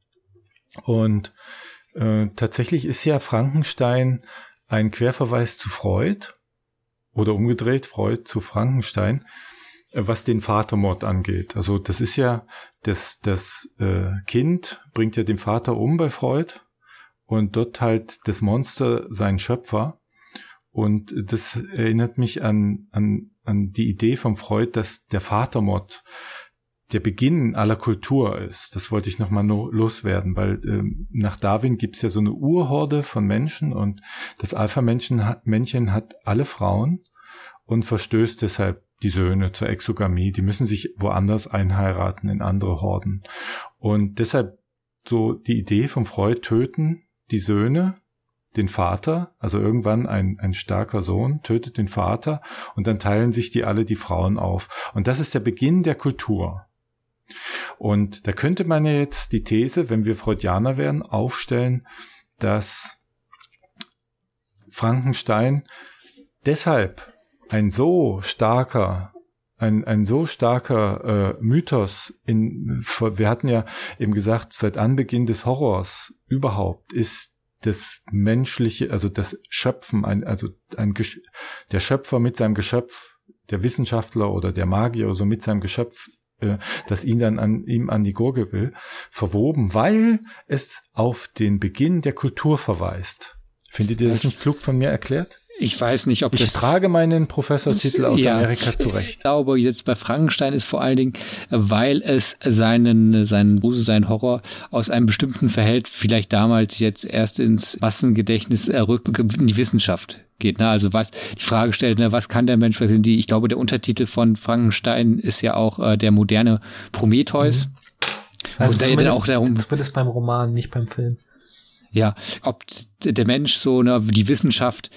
Und äh, tatsächlich ist ja Frankenstein ein Querverweis zu Freud. Oder umgedreht, Freud zu Frankenstein, was den Vatermord angeht. Also das ist ja, das, das äh, Kind bringt ja den Vater um bei Freud und dort halt das Monster sein Schöpfer. Und das erinnert mich an, an, an die Idee von Freud, dass der Vatermord der Beginn aller Kultur ist. Das wollte ich nochmal no, loswerden, weil ähm, nach Darwin gibt's ja so eine Urhorde von Menschen und das Alpha-Männchen hat, Männchen hat alle Frauen und verstößt deshalb die Söhne zur Exogamie. Die müssen sich woanders einheiraten in andere Horden. Und deshalb so die Idee von Freud, töten die Söhne den Vater, also irgendwann ein, ein starker Sohn tötet den Vater und dann teilen sich die alle die Frauen auf. Und das ist der Beginn der Kultur. Und da könnte man ja jetzt die These, wenn wir Freudianer wären, aufstellen, dass Frankenstein deshalb ein so starker, ein, ein so starker äh, Mythos in, wir hatten ja eben gesagt, seit Anbeginn des Horrors überhaupt ist das menschliche, also das Schöpfen, ein, also ein, der Schöpfer mit seinem Geschöpf, der Wissenschaftler oder der Magier oder so mit seinem Geschöpf, das ihn dann an ihm an die Gurgel will, verwoben, weil es auf den Beginn der Kultur verweist. Findet ihr das nicht klug von mir erklärt? Ich weiß nicht, ob ich das... Ich trage meinen Professortitel aus ja, Amerika zurecht. Ich glaube, jetzt bei Frankenstein ist vor allen Dingen, weil es seinen, seinen Grusel, seinen Horror aus einem bestimmten Verhältnis vielleicht damals jetzt erst ins Massengedächtnis rück in die Wissenschaft geht. Ne? Also was die Frage stellt, ne, was kann der Mensch, was sind die? Ich glaube, der Untertitel von Frankenstein ist ja auch äh, der moderne Prometheus. Mhm. Also und zumindest, der auch darum, zumindest beim Roman, nicht beim Film. Ja, ob der Mensch so, ne, die Wissenschaft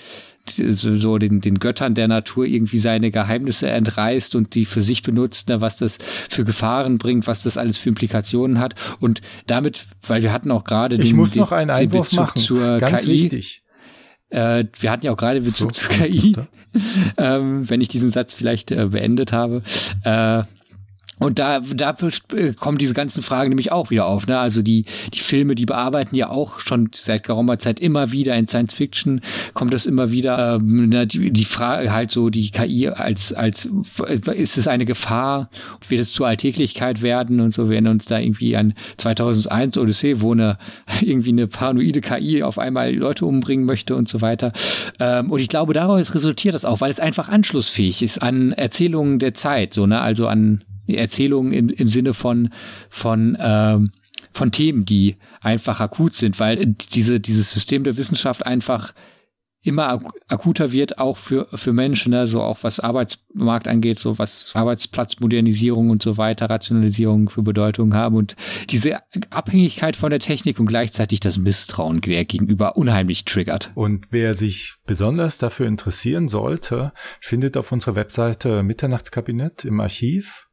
so den, den Göttern der Natur irgendwie seine Geheimnisse entreißt und die für sich benutzt, ne, was das für Gefahren bringt, was das alles für Implikationen hat. Und damit, weil wir hatten auch gerade den, ich muss den, noch einen Einwurf den Bezug machen. zur Ganz K I. wichtig. Äh, wir hatten ja auch gerade Bezug so, zur K I, ähm, wenn ich diesen Satz vielleicht äh, beendet habe. Äh, Und da, da kommen diese ganzen Fragen nämlich auch wieder auf, ne? Also die, die Filme, die bearbeiten ja auch schon seit geraumer Zeit immer wieder in Science Fiction, kommt das immer wieder, ähm, ne? die, die Frage halt so, die K I als, als, ist es eine Gefahr? Wird es zur Alltäglichkeit werden und so, wenn uns da irgendwie an zweitausendeins Odyssee, wo eine, irgendwie eine paranoide K I auf einmal Leute umbringen möchte und so weiter. Ähm, und ich glaube, daraus resultiert das auch, weil es einfach anschlussfähig ist an Erzählungen der Zeit, so, ne? Also an Erzählungen im, im Sinne von von ähm, von Themen, die einfach akut sind, weil diese dieses System der Wissenschaft einfach immer ak- akuter wird, auch für für Menschen, ne? So auch was Arbeitsmarkt angeht, so was Arbeitsplatzmodernisierung und so weiter, Rationalisierung für Bedeutung haben und diese Abhängigkeit von der Technik und gleichzeitig das Misstrauen der gegenüber unheimlich triggert. Und wer sich besonders dafür interessieren sollte, findet auf unserer Webseite Mitternachtskabinett im Archiv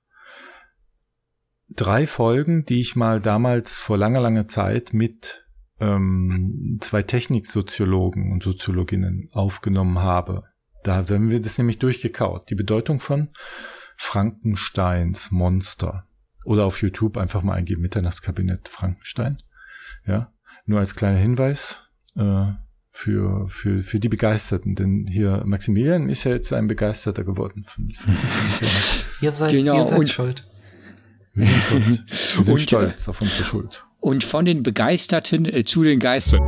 drei Folgen, die ich mal damals vor langer, langer Zeit mit ähm, zwei Techniksoziologen und Soziologinnen aufgenommen habe. Da haben wir das nämlich durchgekaut. Die Bedeutung von Frankensteins Monster. Oder auf YouTube einfach mal eingeben, Mitternachtskabinett Frankenstein. Ja, nur als kleiner Hinweis äh, für für für die Begeisterten, denn hier Maximilian ist ja jetzt ein Begeisterter geworden. Von, von ihr seid, genau, ihr seid und schuld. Wir sind, schuld. Wir sind und, stolz auf unsere Schuld. Und von den Begeisterten äh, zu den Geistern.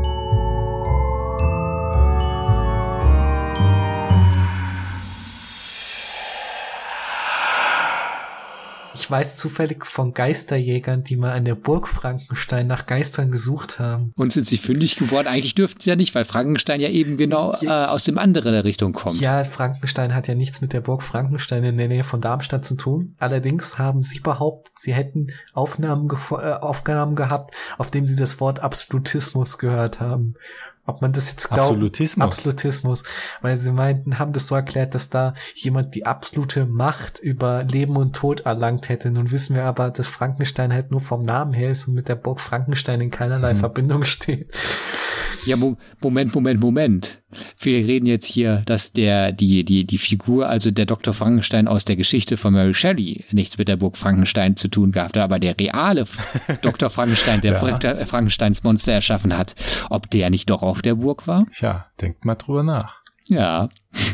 Ich weiß zufällig von Geisterjägern, die mal an der Burg Frankenstein nach Geistern gesucht haben. Und sind sie fündig geworden? Eigentlich dürften sie ja nicht, weil Frankenstein ja eben genau äh, aus dem anderen Richtung kommt. Ja, Frankenstein hat ja nichts mit der Burg Frankenstein in der Nähe von Darmstadt zu tun. Allerdings haben sie behauptet, sie hätten Aufnahmen, ge- äh, Aufnahmen gehabt, auf dem sie das Wort Absolutismus gehört haben. Ob man das jetzt glaubt. Absolutismus. Absolutismus. Weil sie meinten, haben das so erklärt, dass da jemand die absolute Macht über Leben und Tod erlangt hätte. Nun wissen wir aber, dass Frankenstein halt nur vom Namen her ist und mit der Burg Frankenstein in keinerlei mhm. Verbindung steht. Ja, Mo- Moment, Moment, Moment. Wir reden jetzt hier, dass der, die, die, die Figur, also der Doktor Frankenstein aus der Geschichte von Mary Shelley nichts mit der Burg Frankenstein zu tun gehabt hat, aber der reale Doktor Frankenstein, der ja. Frankensteins Monster erschaffen hat, ob der nicht doch auf der Burg war? Ja, denkt mal drüber nach. Ja.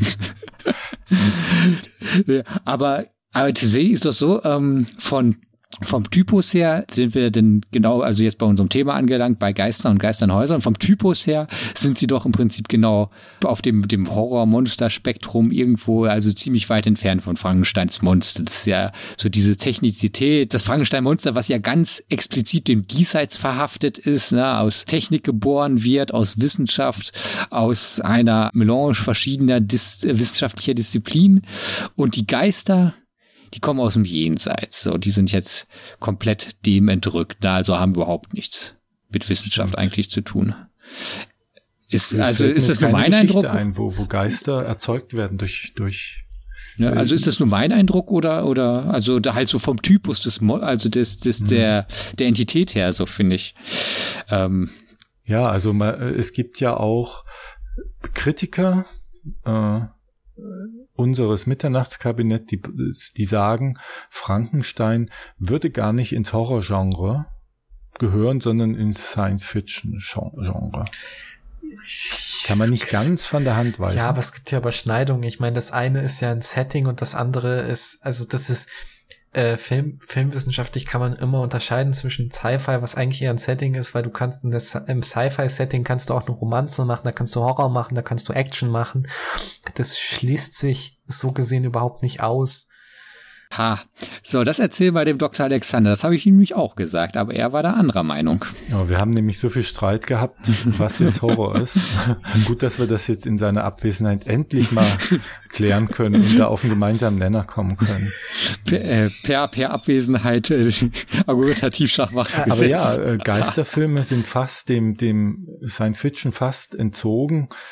aber, aber tatsächlich ist doch so, ähm, von Vom Typus her sind wir denn genau, also jetzt bei unserem Thema angelangt, bei Geistern und Geisternhäusern. Vom Typus her sind sie doch im Prinzip genau auf dem, dem Horror-Monster-Spektrum irgendwo, also ziemlich weit entfernt von Frankensteins Monster. Das ist ja so diese Technizität, das Frankenstein-Monster, was ja ganz explizit dem Diesseits verhaftet ist, ne, aus Technik geboren wird, aus Wissenschaft, aus einer Melange verschiedener Dis- wissenschaftlicher Disziplinen. Und die Geister, die kommen aus dem Jenseits, so, die sind jetzt komplett dem entrückt, also haben überhaupt nichts mit Wissenschaft eigentlich zu tun. Ist, also ist das nur mein Eindruck? Ein, wo, wo Geister erzeugt werden durch, durch. Ja, also ist das nur mein Eindruck oder, oder, also da halt so vom Typus des, also des, des, mhm. der, der Entität her, so finde ich. Ähm, ja, also man, es gibt ja auch Kritiker, äh, unseres Mitternachtskabinett, die, die sagen, Frankenstein würde gar nicht ins Horrorgenre gehören, sondern ins Science-Fiction-Genre. Kann man nicht ganz von der Hand weisen. Ja, aber es gibt ja Überschneidungen. Ich meine, das eine ist ja ein Setting und das andere ist, also das ist äh, Film, filmwissenschaftlich kann man immer unterscheiden zwischen Sci-Fi, was eigentlich eher ein Setting ist, weil du kannst in das, im Sci-Fi-Setting kannst du auch eine Romanze machen, da kannst du Horror machen, da kannst du Action machen. Das schließt sich so gesehen überhaupt nicht aus. Ha, so, das erzähl bei dem Doktor Alexander, das habe ich ihm nämlich auch gesagt, aber er war da anderer Meinung. Ja, wir haben nämlich so viel Streit gehabt, was jetzt Horror ist. Gut, dass wir das jetzt in seiner Abwesenheit endlich mal klären können und da auf einen gemeinsamen Nenner kommen können. Per, äh, per, per Abwesenheit äh, argumentativ Schachmacht Aber gesetzt. ja, äh, Geisterfilme sind fast dem, dem Science-Fiction fast entzogen.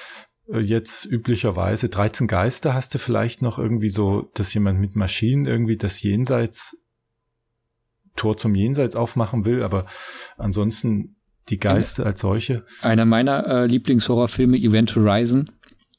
äh, jetzt üblicherweise dreizehn Geister hast du vielleicht noch irgendwie so, dass jemand mit Maschinen irgendwie das Jenseits, Tor zum Jenseits aufmachen will, aber ansonsten die Geister als solche. Einer meiner äh, Lieblingshorrorfilme, Event Horizon.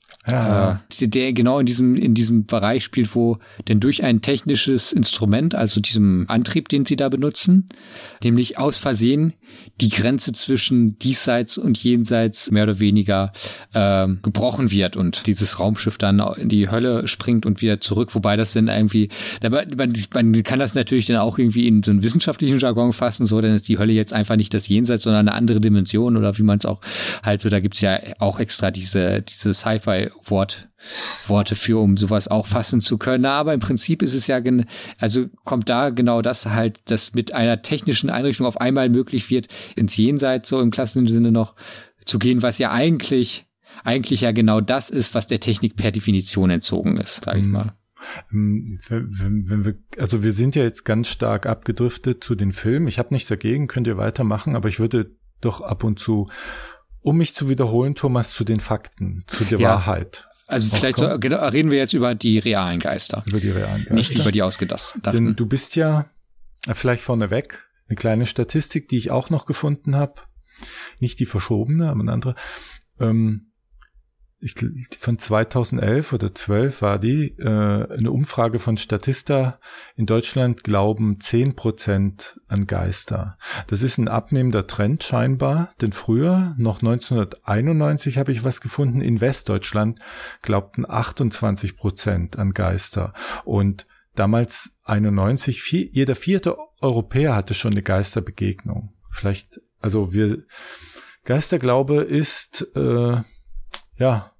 Ja. Äh, der genau in diesem in diesem Bereich spielt, wo denn durch ein technisches Instrument, also diesem Antrieb, den sie da benutzen, nämlich aus Versehen die Grenze zwischen diesseits und jenseits mehr oder weniger äh, gebrochen wird und dieses Raumschiff dann in die Hölle springt und wieder zurück, wobei das dann irgendwie, man, man kann das natürlich dann auch irgendwie in so einen wissenschaftlichen Jargon fassen, so, dann ist die Hölle jetzt einfach nicht das Jenseits, sondern eine andere Dimension oder wie man es auch halt so, da gibt's ja auch extra diese diese Sci-Fi Wort, Worte für, um sowas auch fassen zu können. Aber im Prinzip ist es ja, gen- also kommt da genau das halt, dass mit einer technischen Einrichtung auf einmal möglich wird, ins Jenseits so im klassischen Sinne noch zu gehen, was ja eigentlich, eigentlich ja genau das ist, was der Technik per Definition entzogen ist, sag ich mal. Wenn, wenn wir, also wir sind ja jetzt ganz stark abgedriftet zu den Filmen. Ich habe nichts dagegen, könnt ihr weitermachen, aber ich würde doch ab und zu, um mich zu wiederholen, Thomas, zu den Fakten, zu der ja. Wahrheit. Also vielleicht so, genau, reden wir jetzt über die realen Geister. Über die realen Geister. Nicht über die ausgedachten. Denn du bist ja, vielleicht vorneweg, eine kleine Statistik, die ich auch noch gefunden habe. Nicht die verschobene, aber eine andere. Ähm, ich, von zweitausendelf oder zwölf war die, äh, eine Umfrage von Statista. In Deutschland glauben zehn Prozent an Geister. Das ist ein abnehmender Trend scheinbar, denn früher, noch neunzehnhunderteinundneunzig habe ich was gefunden, in Westdeutschland glaubten achtundzwanzig Prozent an Geister. Und damals einundneunzig, vier, jeder vierte Europäer hatte schon eine Geisterbegegnung. Vielleicht, also wir, Geisterglaube ist, äh, ja,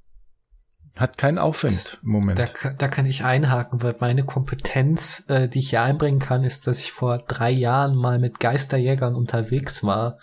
hat keinen Aufwind im Moment. Da, da kann ich einhaken, weil meine Kompetenz, äh, die ich hier einbringen kann, ist, dass ich vor drei Jahren mal mit Geisterjägern unterwegs war.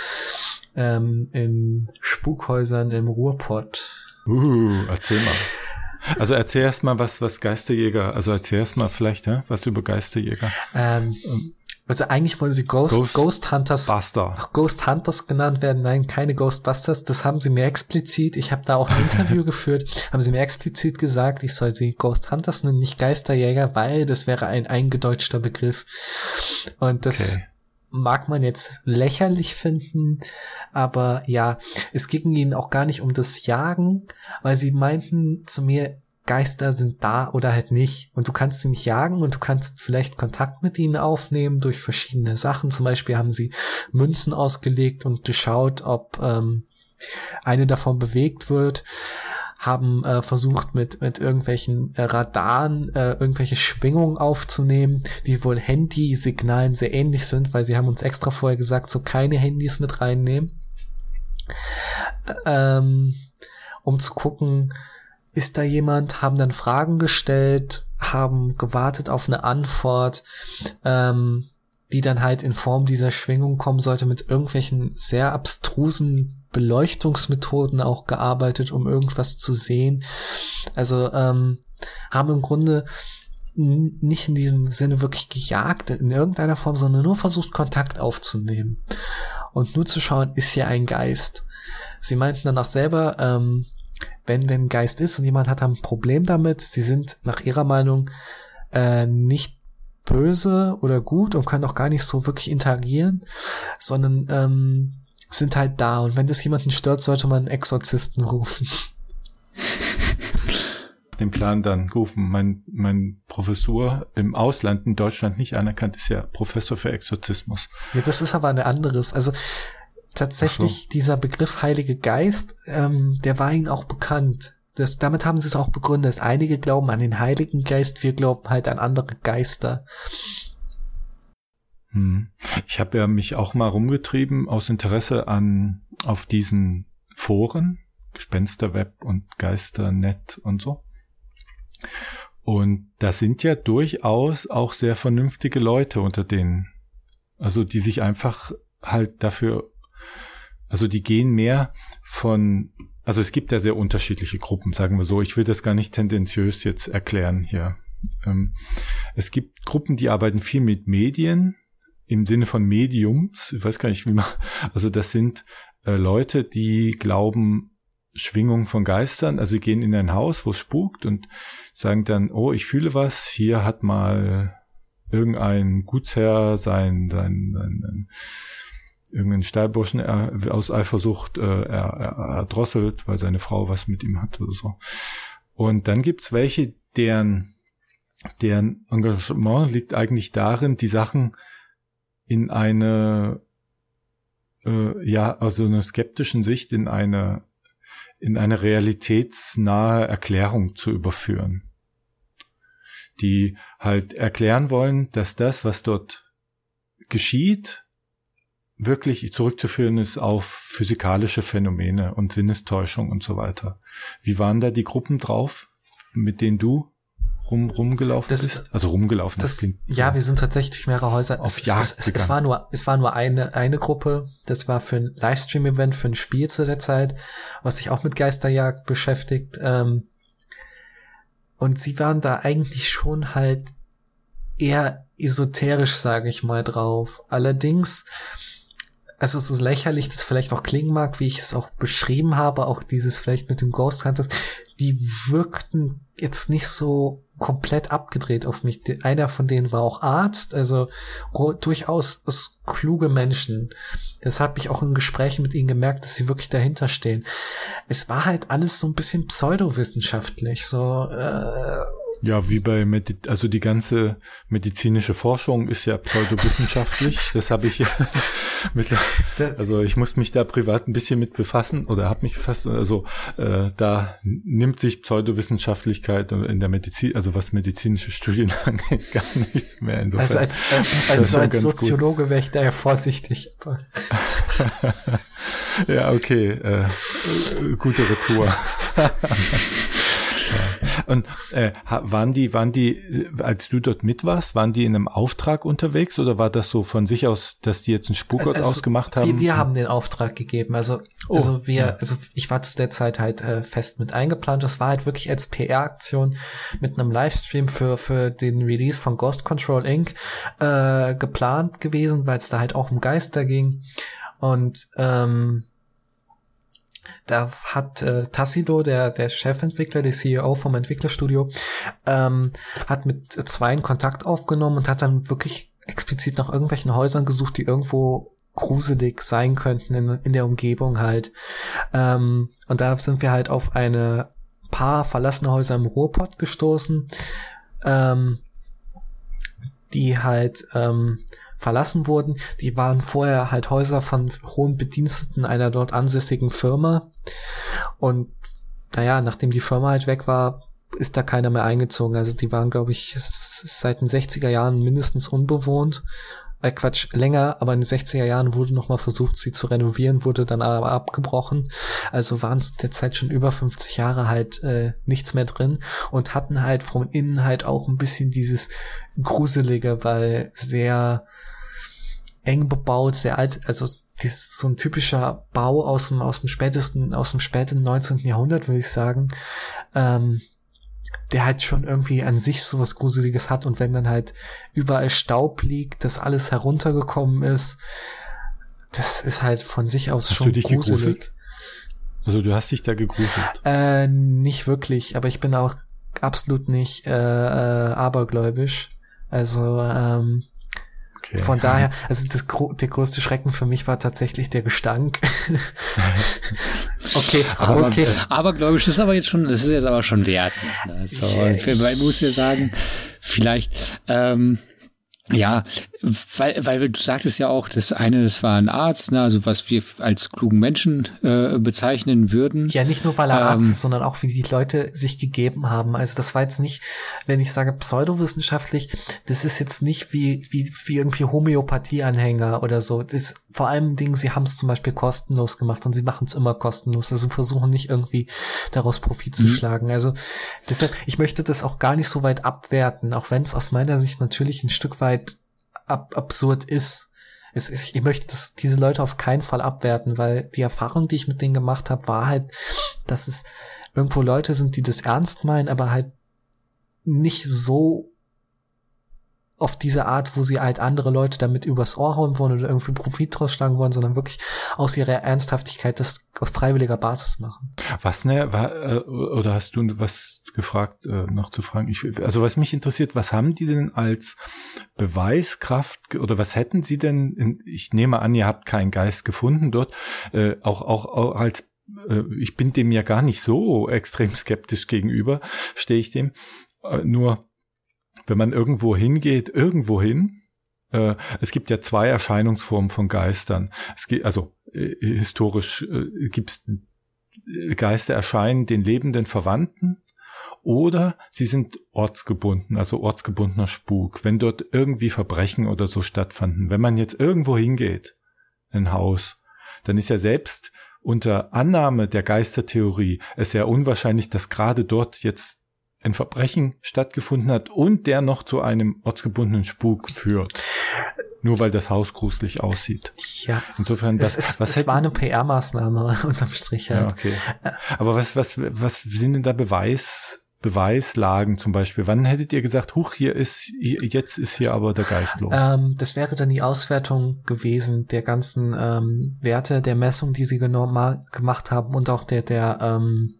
Ähm, in Spukhäusern im Ruhrpott. Uh, erzähl mal. Also erzähl erst mal was, was Geisterjäger, also erzähl erst mal vielleicht, ja, was über Geisterjäger. Ähm, Also eigentlich wollen sie Ghost, Ghost, Ghost Hunters, Buster. Ghost Hunters genannt werden. Nein, keine Ghostbusters. Das haben sie mir explizit, ich habe da auch ein Interview geführt, haben sie mir explizit gesagt, ich soll sie Ghost Hunters nennen, nicht Geisterjäger, weil das wäre ein eingedeutschter Begriff. Und das okay. mag man jetzt lächerlich finden, aber ja, es ging ihnen auch gar nicht um das Jagen, weil sie meinten zu mir, Geister sind da oder halt nicht. Und du kannst sie nicht jagen und du kannst vielleicht Kontakt mit ihnen aufnehmen durch verschiedene Sachen. Zum Beispiel haben sie Münzen ausgelegt und geschaut, ob ähm, eine davon bewegt wird. Haben äh, versucht, mit mit irgendwelchen äh, Radaren äh, irgendwelche Schwingungen aufzunehmen, die wohl Handysignalen sehr ähnlich sind, weil sie haben uns extra vorher gesagt, so keine Handys mit reinnehmen. Ähm, um zu gucken, ist da jemand, haben dann Fragen gestellt, haben gewartet auf eine Antwort, ähm, die dann halt in Form dieser Schwingung kommen sollte, mit irgendwelchen sehr abstrusen Beleuchtungsmethoden auch gearbeitet, um irgendwas zu sehen. Also ähm, haben im Grunde n- nicht in diesem Sinne wirklich gejagt in irgendeiner Form, sondern nur versucht, Kontakt aufzunehmen und nur zu schauen, ist hier ein Geist. Sie meinten danach selber, ähm, wenn wenn ein Geist ist und jemand hat ein Problem damit, sie sind nach ihrer Meinung äh, nicht böse oder gut und können auch gar nicht so wirklich interagieren, sondern ähm, sind halt da. Und wenn das jemanden stört, sollte man einen Exorzisten rufen. Den Plan dann rufen. Mein, mein Professor im Ausland, in Deutschland nicht anerkannt, ist ja Professor für Exorzismus. Ja, das ist aber ein anderes. Also tatsächlich so. Dieser Begriff Heilige Geist, ähm, der war ihnen auch bekannt. Das, damit haben sie es auch begründet. Einige glauben an den Heiligen Geist, wir glauben halt an andere Geister. Hm. Ich habe ja mich auch mal rumgetrieben aus Interesse an auf diesen Foren, Gespensterweb und Geisternet und so. Und da sind ja durchaus auch sehr vernünftige Leute unter denen. Also die sich einfach halt dafür, also die gehen mehr von, also es gibt ja sehr unterschiedliche Gruppen, sagen wir so. Ich will das gar nicht tendenziös jetzt erklären hier. Ähm, es gibt Gruppen, die arbeiten viel mit Medien, im Sinne von Mediums. Ich weiß gar nicht, wie man, also das sind äh, Leute, die glauben Schwingung von Geistern. Also sie gehen in ein Haus, wo es spukt und sagen dann, oh, ich fühle was, hier hat mal irgendein Gutsherr sein, sein, sein, sein irgendeinen Stallburschen er, aus Eifersucht äh, er, er, erdrosselt, weil seine Frau was mit ihm hat oder so. Und dann gibt's welche, deren deren Engagement liegt eigentlich darin, die Sachen in eine äh, ja, also einer skeptischen Sicht in eine in eine realitätsnahe Erklärung zu überführen. Die halt erklären wollen, dass das, was dort geschieht, wirklich zurückzuführen ist auf physikalische Phänomene und Sinnestäuschung und so weiter. Wie waren da die Gruppen drauf, mit denen du rum rumgelaufen das, bist? Also rumgelaufen. Das, das klingt, ja, so. Wir sind tatsächlich durch mehrere Häuser. Auf es, Jagd es, es, es war nur, es war nur eine eine Gruppe. Das war für ein Livestream-Event, für ein Spiel zu der Zeit, was sich auch mit Geisterjagd beschäftigt. Ähm, und sie waren da eigentlich schon halt eher esoterisch, sage ich mal, drauf. Allerdings, also es ist lächerlich, das vielleicht auch klingen mag, wie ich es auch beschrieben habe, auch dieses vielleicht mit dem Ghost Hunters, die wirkten jetzt nicht so komplett abgedreht auf mich. Einer von denen war auch Arzt, also durchaus kluge Menschen. Das habe ich auch in Gesprächen mit ihnen gemerkt, dass sie wirklich dahinter stehen. Es war halt alles so ein bisschen pseudowissenschaftlich, so äh, ja, wie bei Medi- also die ganze medizinische Forschung ist ja pseudowissenschaftlich. Das habe ich mit, also ich muss mich da privat ein bisschen mit befassen oder habe mich befasst. Also äh, da nimmt sich Pseudowissenschaftlichkeit in der Medizin, also was medizinische Studien angeht, gar nichts mehr. Insofern also als als, als, als Soziologe wäre ich da ja vorsichtig. Ja, okay, äh, gute Retour. Und äh, waren die, waren die, als du dort mit warst, waren die in einem Auftrag unterwegs oder war das so von sich aus, dass die jetzt einen Spukgott also, ausgemacht haben? Wir, wir haben den Auftrag gegeben. Also, oh, also wir, ja. also ich war zu der Zeit halt äh, fest mit eingeplant. Das war halt wirklich als P R-Aktion mit einem Livestream für für den Release von Ghost Control Incorporated äh, geplant gewesen, weil es da halt auch um Geister ging. Und ähm, da hat äh, Tassido, der der Chefentwickler, der C E O vom Entwicklerstudio, ähm, hat mit zwei in Kontakt aufgenommen und hat dann wirklich explizit nach irgendwelchen Häusern gesucht, die irgendwo gruselig sein könnten in, in der Umgebung halt. Ähm, und da sind wir halt auf eine paar verlassene Häuser im Ruhrpott gestoßen, ähm, die halt ähm, verlassen wurden. Die waren vorher halt Häuser von hohen Bediensteten einer dort ansässigen Firma. Und naja, nachdem die Firma halt weg war, ist da keiner mehr eingezogen. Also die waren, glaube ich, seit den sechziger Jahren mindestens unbewohnt. Äh, Quatsch, länger, aber in den sechziger Jahren wurde nochmal versucht, sie zu renovieren, wurde dann aber abgebrochen. Also waren es derzeit schon über fünfzig Jahre halt äh, nichts mehr drin und hatten halt von innen halt auch ein bisschen dieses Gruselige, weil sehr eng bebaut, sehr alt, also dieses so ein typischer Bau aus dem aus dem spätesten aus dem späten neunzehnten Jahrhundert, würde ich sagen, ähm, der halt schon irgendwie an sich sowas Gruseliges hat. Und wenn dann halt überall Staub liegt, dass alles heruntergekommen ist, das ist halt von sich aus hast schon du dich gruselig. Gegruselt? Also du hast dich da gegruselt? Äh, nicht wirklich, aber ich bin auch absolut nicht äh, äh, abergläubisch. Also ähm, okay. Von daher, also das, der größte Schrecken für mich war tatsächlich der Gestank. Okay, aber, okay. Abergläubisch ist aber jetzt schon, das ist jetzt aber schon wert. Also, ich, ich, ich muss ja sagen, vielleicht, ähm, ja, weil, weil du sagtest ja auch, das eine, das war ein Arzt, ne, also was wir als klugen Menschen äh, bezeichnen würden. Ja, nicht nur, weil er ähm, Arzt ist, sondern auch, wie die Leute sich gegeben haben. Also das war jetzt nicht, wenn ich sage pseudowissenschaftlich, das ist jetzt nicht wie wie, wie irgendwie Homöopathie-Anhänger oder so. Das ist vor allem Dingen, sie haben es zum Beispiel kostenlos gemacht und sie machen es immer kostenlos. Also versuchen nicht irgendwie daraus Profit zu mhm. schlagen. Also deshalb, ich möchte das auch gar nicht so weit abwerten, auch wenn es aus meiner Sicht natürlich ein Stück weit Ab absurd ist. Es ist. Ich möchte das, diese Leute auf keinen Fall abwerten, weil die Erfahrung, die ich mit denen gemacht habe, war halt, dass es irgendwo Leute sind, die das ernst meinen, aber halt nicht so auf diese Art, wo sie halt andere Leute damit übers Ohr hauen wollen oder irgendwie Profit draus schlagen wollen, sondern wirklich aus ihrer Ernsthaftigkeit das auf freiwilliger Basis machen. Was, ne, war, äh, oder hast du was gefragt, äh, noch zu fragen? Ich, also was mich interessiert, was haben die denn als Beweiskraft oder was hätten sie denn, in, ich nehme an, ihr habt keinen Geist gefunden dort, äh, auch, auch, auch als, äh, ich bin dem ja gar nicht so extrem skeptisch gegenüber, stehe ich dem, äh, nur wenn man irgendwo hingeht, irgendwo hin, äh, es gibt ja zwei Erscheinungsformen von Geistern. Es gibt, also äh, historisch äh, gibt es Geister erscheinen den lebenden Verwandten oder sie sind ortsgebunden, also ortsgebundener Spuk, wenn dort irgendwie Verbrechen oder so stattfanden. Wenn man jetzt irgendwo hingeht, ein Haus, dann ist ja selbst unter Annahme der Geistertheorie es sehr unwahrscheinlich, dass gerade dort jetzt ein Verbrechen stattgefunden hat und der noch zu einem ortsgebundenen Spuk führt. Nur weil das Haus gruselig aussieht. Ja. Insofern, das, das, ist, was das hätten, war eine P R-Maßnahme unterm Strich halt. Ja, okay. Aber was, was, was sind denn da Beweis, Beweislagen zum Beispiel? Wann hättet ihr gesagt, huch, hier ist, jetzt ist hier aber der Geist los? Ähm, das wäre dann die Auswertung gewesen der ganzen ähm, Werte der Messung, die sie genommen, gemacht haben und auch der, der, ähm,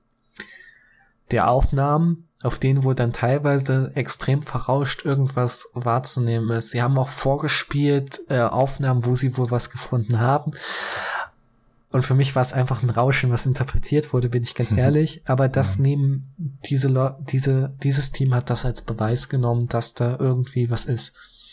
der Aufnahmen, auf denen wohl dann teilweise extrem verrauscht irgendwas wahrzunehmen ist. Sie haben auch vorgespielt äh, Aufnahmen, wo sie wohl was gefunden haben. Und für mich war es einfach ein Rauschen, was interpretiert wurde, bin ich ganz ehrlich. Aber das ja. nehmen diese Le- diese dieses Team hat das als Beweis genommen, dass da irgendwie was ist.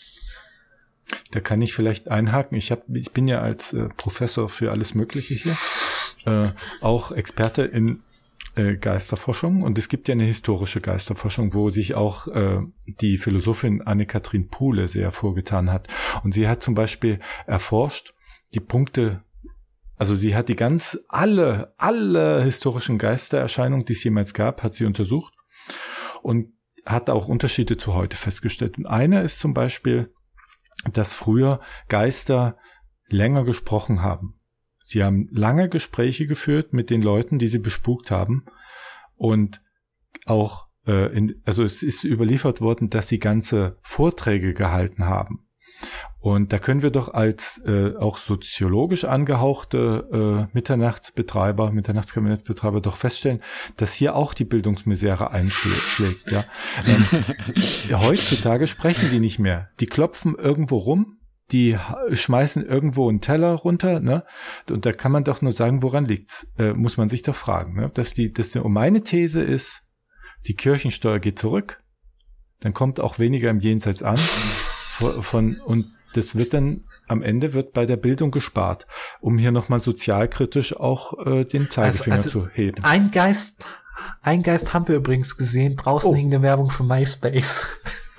Da kann ich vielleicht einhaken. Ich hab, ich bin ja als äh, Professor für alles Mögliche hier äh, auch Experte in Geisterforschung und es gibt ja eine historische Geisterforschung, wo sich auch äh, die Philosophin Anne-Kathrin Puhle sehr vorgetan hat. Und sie hat zum Beispiel erforscht die Punkte, also sie hat die ganz, alle, alle historischen Geistererscheinungen, die es jemals gab, hat sie untersucht und hat auch Unterschiede zu heute festgestellt. Und eine ist zum Beispiel, dass früher Geister länger gesprochen haben. Sie haben lange Gespräche geführt mit den Leuten, die sie bespukt haben und auch, äh, in, also es ist überliefert worden, dass sie ganze Vorträge gehalten haben. Und da können wir doch als äh, auch soziologisch angehauchte äh, Mitternachtsbetreiber, Mitternachtskabinettbetreiber doch feststellen, dass hier auch die Bildungsmisere einschlägt. Ja. Ähm, heutzutage sprechen die nicht mehr. Die klopfen irgendwo rum. Die schmeißen irgendwo einen Teller runter, ne? Und da kann man doch nur sagen, woran liegt's? Äh, muss man sich doch fragen, ne? Dass die, dass die, und meine These ist, die Kirchensteuer geht zurück, dann kommt auch weniger im Jenseits an, von, von und das wird dann am Ende wird bei der Bildung gespart, um hier nochmal sozialkritisch auch äh, den Zeigefinger also, also zu heben. Ein Geist, ein Geist haben wir übrigens gesehen. Draußen oh. hing eine Werbung für MySpace.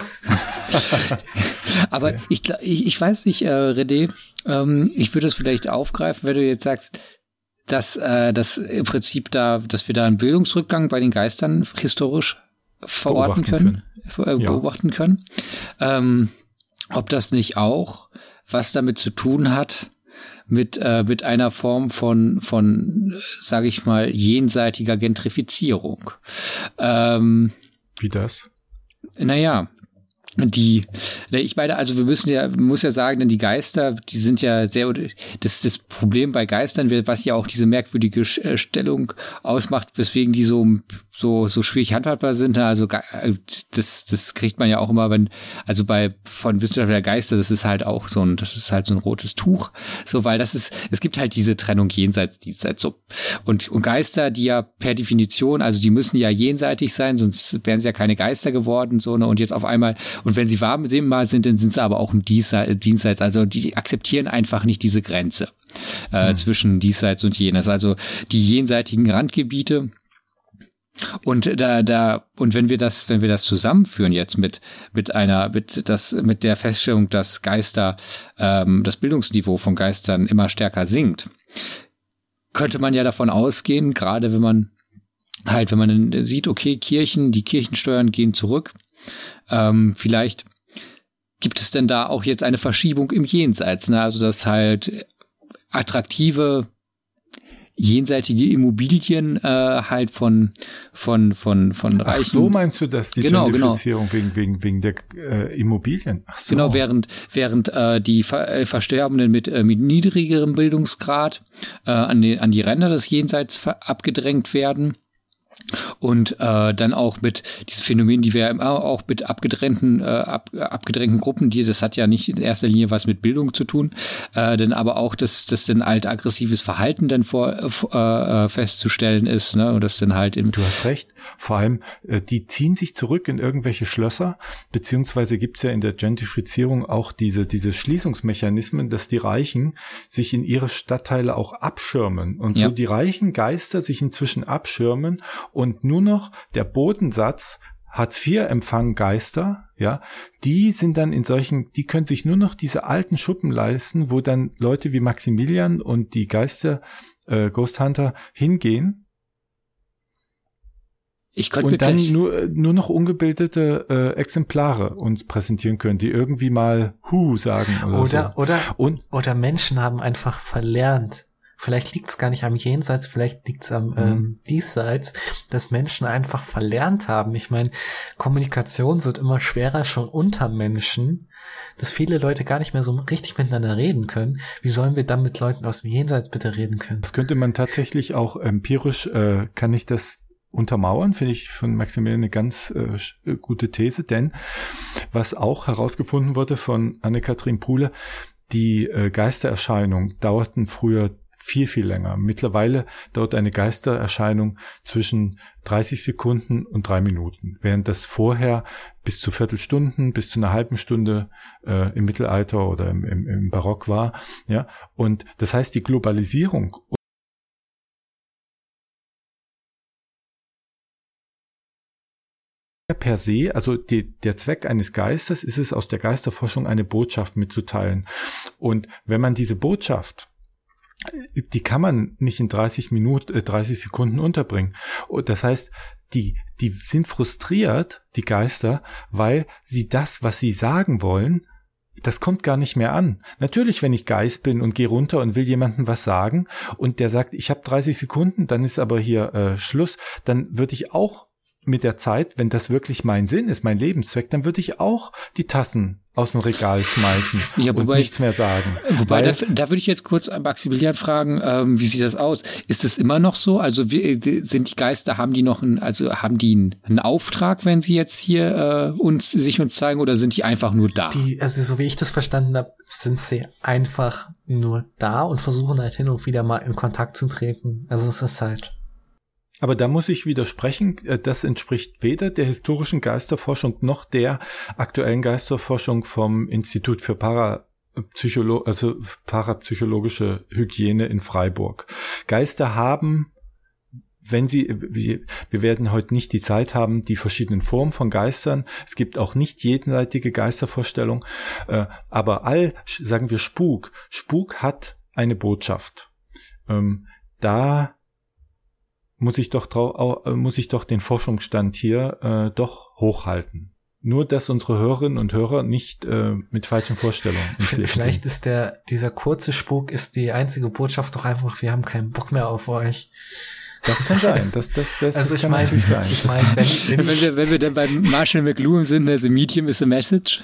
Aber okay. ich, ich, ich weiß nicht, äh, René, ähm, ich würde es vielleicht aufgreifen, wenn du jetzt sagst, dass, äh, dass im Prinzip da, dass wir da einen Bildungsrückgang bei den Geistern historisch verorten können, können. Äh, beobachten ja. können. Ähm, ob das nicht auch was damit zu tun hat mit, äh, mit einer Form von, von, sage ich mal, jenseitiger Gentrifizierung. Ähm, Wie das? Naja, die, ich meine, also wir müssen ja, man muss ja sagen, denn die Geister, die sind ja sehr, das das Problem bei Geistern, was ja auch diese merkwürdige Stellung ausmacht, weswegen die so so so schwierig handhabbar sind. Also das das kriegt man ja auch immer, wenn, also bei von Wissenschaft der Geister, das ist halt auch so ein, das ist halt so ein rotes Tuch, so, weil das ist, es gibt halt diese Trennung jenseits, diesseits so und und Geister, die ja per Definition, also die müssen ja jenseitig sein, sonst wären sie ja keine Geister geworden, so, ne, und jetzt auf einmal. Und wenn sie wahr mit dem Mal sind, dann sind sie aber auch im Diesseits. Also die akzeptieren einfach nicht diese Grenze äh, mhm. zwischen Diesseits und Jenseits. Also die jenseitigen Randgebiete. Und da, da, und wenn wir das, wenn wir das zusammenführen jetzt mit, mit einer, mit das, mit der Feststellung, dass Geister, ähm, das Bildungsniveau von Geistern immer stärker sinkt, könnte man ja davon ausgehen, gerade wenn man halt, wenn man sieht, okay, Kirchen, die Kirchensteuern gehen zurück. Ähm, vielleicht gibt es denn da auch jetzt eine Verschiebung im Jenseits, ne? Also dass halt attraktive jenseitige Immobilien äh, halt von von von von Reichen. Ach so meinst du das, die genau, Gentrifizierung genau. wegen wegen wegen der äh, Immobilien? Ach so. Genau, während während äh, die Ver äh, Versterbenden mit äh, mit niedrigerem Bildungsgrad äh, an die an die Ränder des Jenseits abgedrängt werden. Und äh, dann auch mit diesem Phänomen, die wir immer auch mit abgedrängten, äh, ab, abgedrängten Gruppen, die, das hat ja nicht in erster Linie was mit Bildung zu tun, äh, denn aber auch, dass das dann halt aggressives Verhalten dann vor äh, festzustellen ist, ne, und das dann halt im. Du hast recht. Vor allem, äh, die ziehen sich zurück in irgendwelche Schlösser, beziehungsweise gibt's ja in der Gentrifizierung auch diese diese Schließungsmechanismen, dass die Reichen sich in ihre Stadtteile auch abschirmen und ja. so die reichen Geister sich inzwischen abschirmen. Und nur noch der Bodensatz Hartz vier empfangen Geister, ja, die sind dann in solchen, die können sich nur noch diese alten Schuppen leisten, wo dann Leute wie Maximilian und die Geister, äh, Ghost Hunter hingehen. Ich könnte und dann nur, nur noch ungebildete äh, Exemplare uns präsentieren können, die irgendwie mal Hu sagen oder, oder so. Oder, und, oder Menschen haben einfach verlernt. Vielleicht liegt es gar nicht am Jenseits, vielleicht liegt es am mhm. ähm, Diesseits, dass Menschen einfach verlernt haben. Ich meine, Kommunikation wird immer schwerer schon unter Menschen, dass viele Leute gar nicht mehr so richtig miteinander reden können. Wie sollen wir dann mit Leuten aus dem Jenseits bitte reden können? Das könnte man tatsächlich auch empirisch, äh, kann ich das untermauern, finde ich von Maximilian eine ganz äh, gute These, denn was auch herausgefunden wurde von Anne-Kathrin Puhle, die äh, Geistererscheinungen dauerten früher viel, viel länger. Mittlerweile dauert eine Geistererscheinung zwischen dreißig Sekunden und drei Minuten, während das vorher bis zu Viertelstunden, bis zu einer halben Stunde äh, im Mittelalter oder im, im, im Barock war. Ja, und das heißt, die Globalisierung per se, also die, der Zweck eines Geistes ist es, aus der Geisterforschung eine Botschaft mitzuteilen. Und wenn man diese Botschaft, die kann man nicht in dreißig Minuten, dreißig Sekunden unterbringen. Und das heißt, die, die sind frustriert, die Geister, weil sie das, was sie sagen wollen, das kommt gar nicht mehr an. Natürlich, wenn ich Geist bin und gehe runter und will jemandem was sagen und der sagt, ich habe dreißig Sekunden, dann ist aber hier äh, Schluss, dann würde ich auch mit der Zeit, wenn das wirklich mein Sinn ist, mein Lebenszweck, dann würde ich auch die Tassen aus dem Regal schmeißen ja, wobei, und nichts mehr sagen. Wobei, da, da würde ich jetzt kurz Maximilian fragen, ähm, wie sieht das aus? Ist es immer noch so? Also wie, sind die Geister, haben die noch einen, also haben die einen, einen Auftrag, wenn sie jetzt hier äh, uns sich uns zeigen, oder sind die einfach nur da? Die, also so wie ich das verstanden habe, sind sie einfach nur da und versuchen halt hin und wieder mal in Kontakt zu treten. Also es ist halt. Aber da muss ich widersprechen, das entspricht weder der historischen Geisterforschung noch der aktuellen Geisterforschung vom Institut für Parapsycholo- also parapsychologische Hygiene in Freiburg. Geister haben, wenn sie, wir werden heute nicht die Zeit haben, die verschiedenen Formen von Geistern, es gibt auch nicht jenseitige Geistervorstellung, aber all, sagen wir Spuk, Spuk hat eine Botschaft. Da muss ich doch trau- muss ich doch den Forschungsstand hier äh, doch hochhalten. Nur, dass unsere Hörerinnen und Hörer nicht äh, mit falschen Vorstellungen ins Leben Vielleicht gehen. ist der, dieser kurze Spuk ist die einzige Botschaft doch einfach, wir haben keinen Bock mehr auf euch. Das kann sein. Das, das, das, also das ich kann mein, natürlich sein. Ich meine, wenn, wenn, wenn, wir, wenn wir dann beim Marshall McLuhan sind, there's a medium is a message.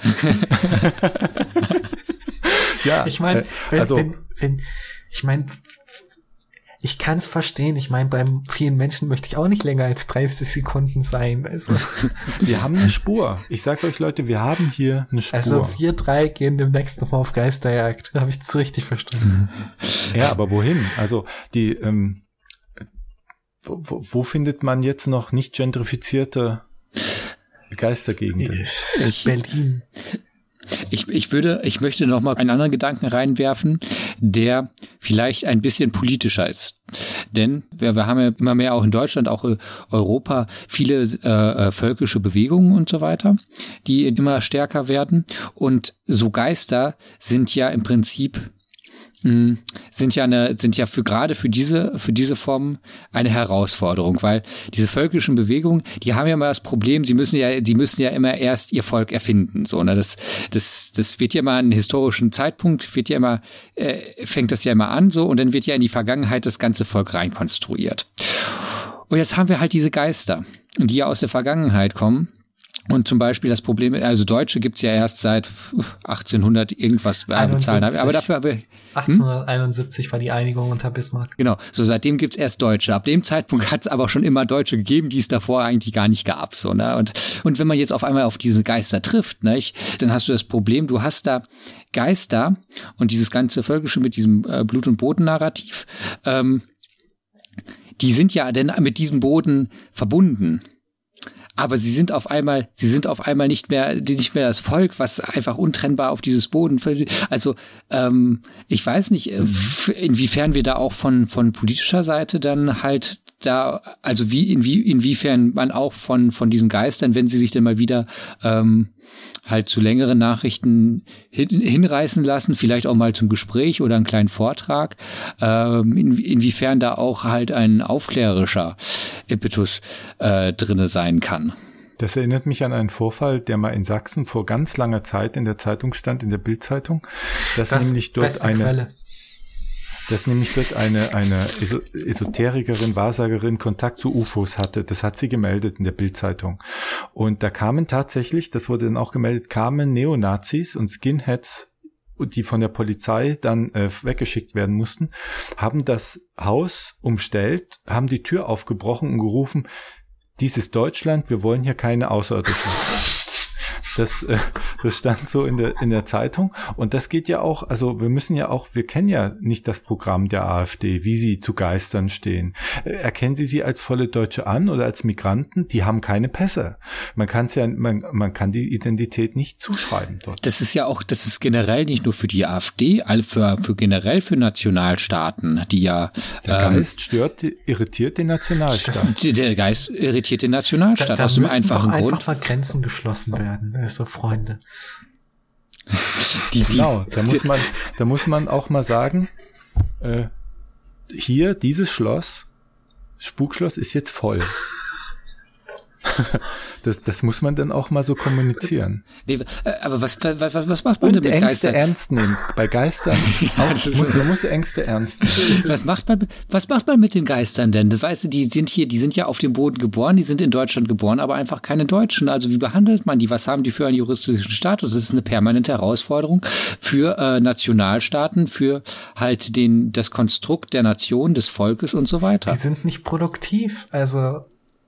Ja, ich meine, wenn, also, wenn, wenn, ich meine, ich kann es verstehen. Ich meine, beim vielen Menschen möchte ich auch nicht länger als dreißig Sekunden sein. Also. Wir haben eine Spur. Ich sage euch, Leute, wir haben hier eine Spur. Also wir drei gehen demnächst nochmal auf Geisterjagd. Habe ich das richtig verstanden? Ja, aber wohin? Also die, ähm, wo, wo findet man jetzt noch nicht gentrifizierte Geistergegenden? Ich, Berlin. Ich, ich würde, ich möchte noch mal einen anderen Gedanken reinwerfen, der vielleicht ein bisschen politischer ist. Denn wir, wir haben ja immer mehr auch in Deutschland, auch in Europa, viele äh, völkische Bewegungen und so weiter, die immer stärker werden. Und so Geister sind ja im Prinzip sind ja eine, sind ja für gerade für diese, für diese Form eine Herausforderung, weil diese völkischen Bewegungen, die haben ja immer das Problem, sie müssen ja, sie müssen ja immer erst ihr Volk erfinden, so, ne, das, das, das wird ja immer an einen historischen Zeitpunkt, wird ja immer, äh, fängt das ja immer an, so, und dann wird ja in die Vergangenheit das ganze Volk reinkonstruiert. Und jetzt haben wir halt diese Geister, die ja aus der Vergangenheit kommen. Und zum Beispiel das Problem, also Deutsche gibt's ja erst seit achtzehnhundert irgendwas bezahlen. Aber dafür habe ich, achtzehnhunderteinundsiebzig hm? war die Einigung unter Bismarck. Genau, so seitdem gibt's erst Deutsche. Ab dem Zeitpunkt hat's aber schon immer Deutsche gegeben, die es davor eigentlich gar nicht gab. So, ne? Und, und wenn man jetzt auf einmal auf diese Geister trifft, ne, ich, dann hast du das Problem, du hast da Geister und dieses ganze Völkische mit diesem äh, Blut- und Boden-Narrativ, ähm, die sind ja denn mit diesem Boden verbunden. Aber sie sind auf einmal, sie sind auf einmal nicht mehr, nicht mehr das Volk, was einfach untrennbar auf dieses Boden fällt. Also ähm, ich weiß nicht, inwiefern wir da auch von von politischer Seite dann halt da, also wie inwie, inwiefern man auch von von diesen Geistern, wenn sie sich dann mal wieder ähm, halt zu längeren Nachrichten hin, hinreißen lassen, vielleicht auch mal zum Gespräch oder einen kleinen Vortrag, ähm, in, inwiefern da auch halt ein aufklärerischer Impetus äh, drinne sein kann. Das erinnert mich an einen Vorfall, der mal in Sachsen vor ganz langer Zeit in der Zeitung stand, in der Bild-Zeitung, dass das nämlich dort eine Quelle. dass nämlich dort eine, eine Esoterikerin, Wahrsagerin Kontakt zu U F Os hatte. Das hat sie gemeldet in der Bild-Zeitung. Und da kamen tatsächlich, das wurde dann auch gemeldet, kamen Neonazis und Skinheads, die von der Polizei dann äh, weggeschickt werden mussten, haben das Haus umstellt, haben die Tür aufgebrochen und gerufen, dies ist Deutschland, wir wollen hier keine Außerirdischen. Das, äh, das stand so in der in der Zeitung und das geht ja auch, also wir müssen ja auch, wir kennen ja nicht das Programm der AfD, wie sie zu Geistern stehen. Äh, erkennen Sie sie als volle Deutsche an oder als Migranten? Die haben keine Pässe. Man kann es ja, man man kann die Identität nicht zuschreiben dort. Das ist ja auch, das ist generell nicht nur für die AfD, für für generell für Nationalstaaten, die ja der Geist ähm, stört, irritiert den Nationalstaat. Das, der Geist irritiert den Nationalstaat da, da aus dem einfachen doch Grund. Einfach mal Grenzen geschlossen werden. So Freunde. Die, genau, da muss man, da muss man auch mal sagen, äh, hier, dieses Schloss, Spukschloss ist jetzt voll. Das, das muss man dann auch mal so kommunizieren. Nee, aber was, was, was macht man Und denn mit Ängste Geistern? ernst nehmen. Bei Geistern auch, muss, man muss Ängste ernst nehmen. Was macht man, was macht man mit den Geistern denn? Das weißt du, die sind hier, die sind ja auf dem Boden geboren, die sind in Deutschland geboren, aber einfach keine Deutschen. Also wie behandelt man die? Was haben die für einen juristischen Status? Das ist eine permanente Herausforderung für äh, Nationalstaaten, für halt den, das Konstrukt der Nation, des Volkes und so weiter. Die sind nicht produktiv, also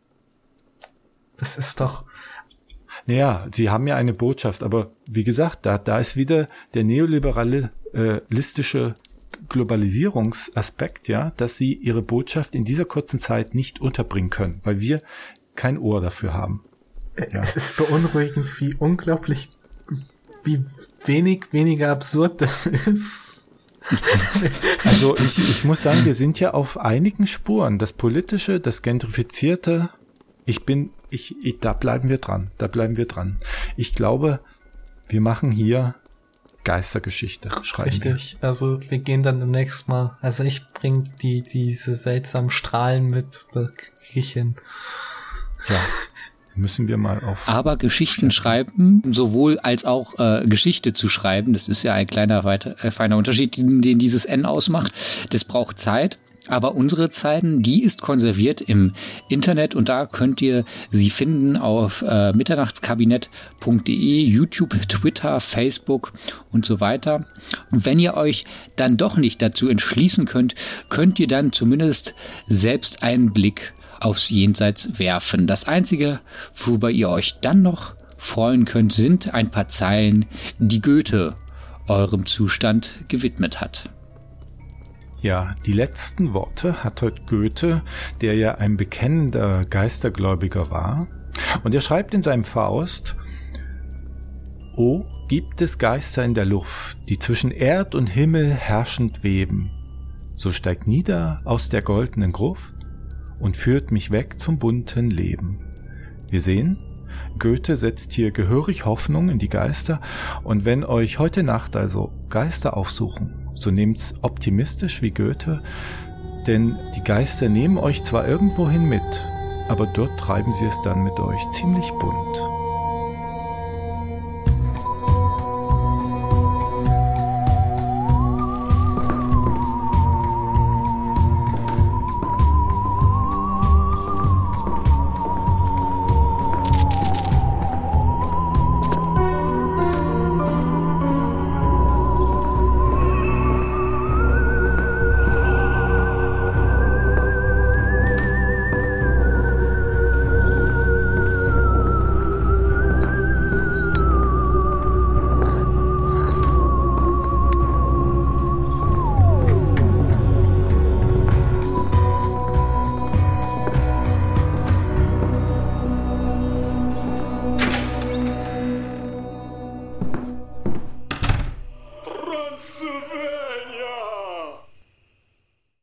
das ist doch... Naja, sie haben ja eine Botschaft, aber wie gesagt, da, da ist wieder der neoliberalistische Globalisierungsaspekt, ja, dass sie ihre Botschaft in dieser kurzen Zeit nicht unterbringen können, weil wir kein Ohr dafür haben. Ja. Es ist beunruhigend, wie unglaublich, wie wenig, weniger absurd das ist. Also ich, ich muss sagen, wir sind ja auf einigen Spuren. Das Politische, das Gentrifizierte, ich bin, ich, ich, da bleiben wir dran, da bleiben wir dran. Ich glaube, wir machen hier Geistergeschichte, schreiben Richtig, wir. Also wir gehen dann demnächst mal, also ich bring die, diese seltsamen Strahlen mit, da krieg ich hin. Ja, müssen wir mal auf. Aber Geschichten schreiben, sowohl als auch äh, Geschichte zu schreiben, das ist ja ein kleiner, weiter, äh, feiner Unterschied, den, den dieses N ausmacht, das braucht Zeit. Aber unsere Zeiten, die ist konserviert im Internet und da könnt ihr sie finden auf äh, mitternachtskabinett punkt de, YouTube, Twitter, Facebook und so weiter. Und wenn ihr euch dann doch nicht dazu entschließen könnt, könnt ihr dann zumindest selbst einen Blick aufs Jenseits werfen. Das Einzige, worüber ihr euch dann noch freuen könnt, sind ein paar Zeilen, die Goethe eurem Zustand gewidmet hat. Ja, die letzten Worte hat heute Goethe, der ja ein bekennender Geistergläubiger war. Und er schreibt in seinem Faust: O, gibt es Geister in der Luft, die zwischen Erd und Himmel herrschend weben. So steigt nieder aus der goldenen Gruft und führt mich weg zum bunten Leben. Wir sehen, Goethe setzt hier gehörig Hoffnung in die Geister. Und wenn euch heute Nacht also Geister aufsuchen, So nehmt's optimistisch wie Goethe, denn die Geister nehmen euch zwar irgendwohin mit, aber dort treiben sie es dann mit euch ziemlich bunt.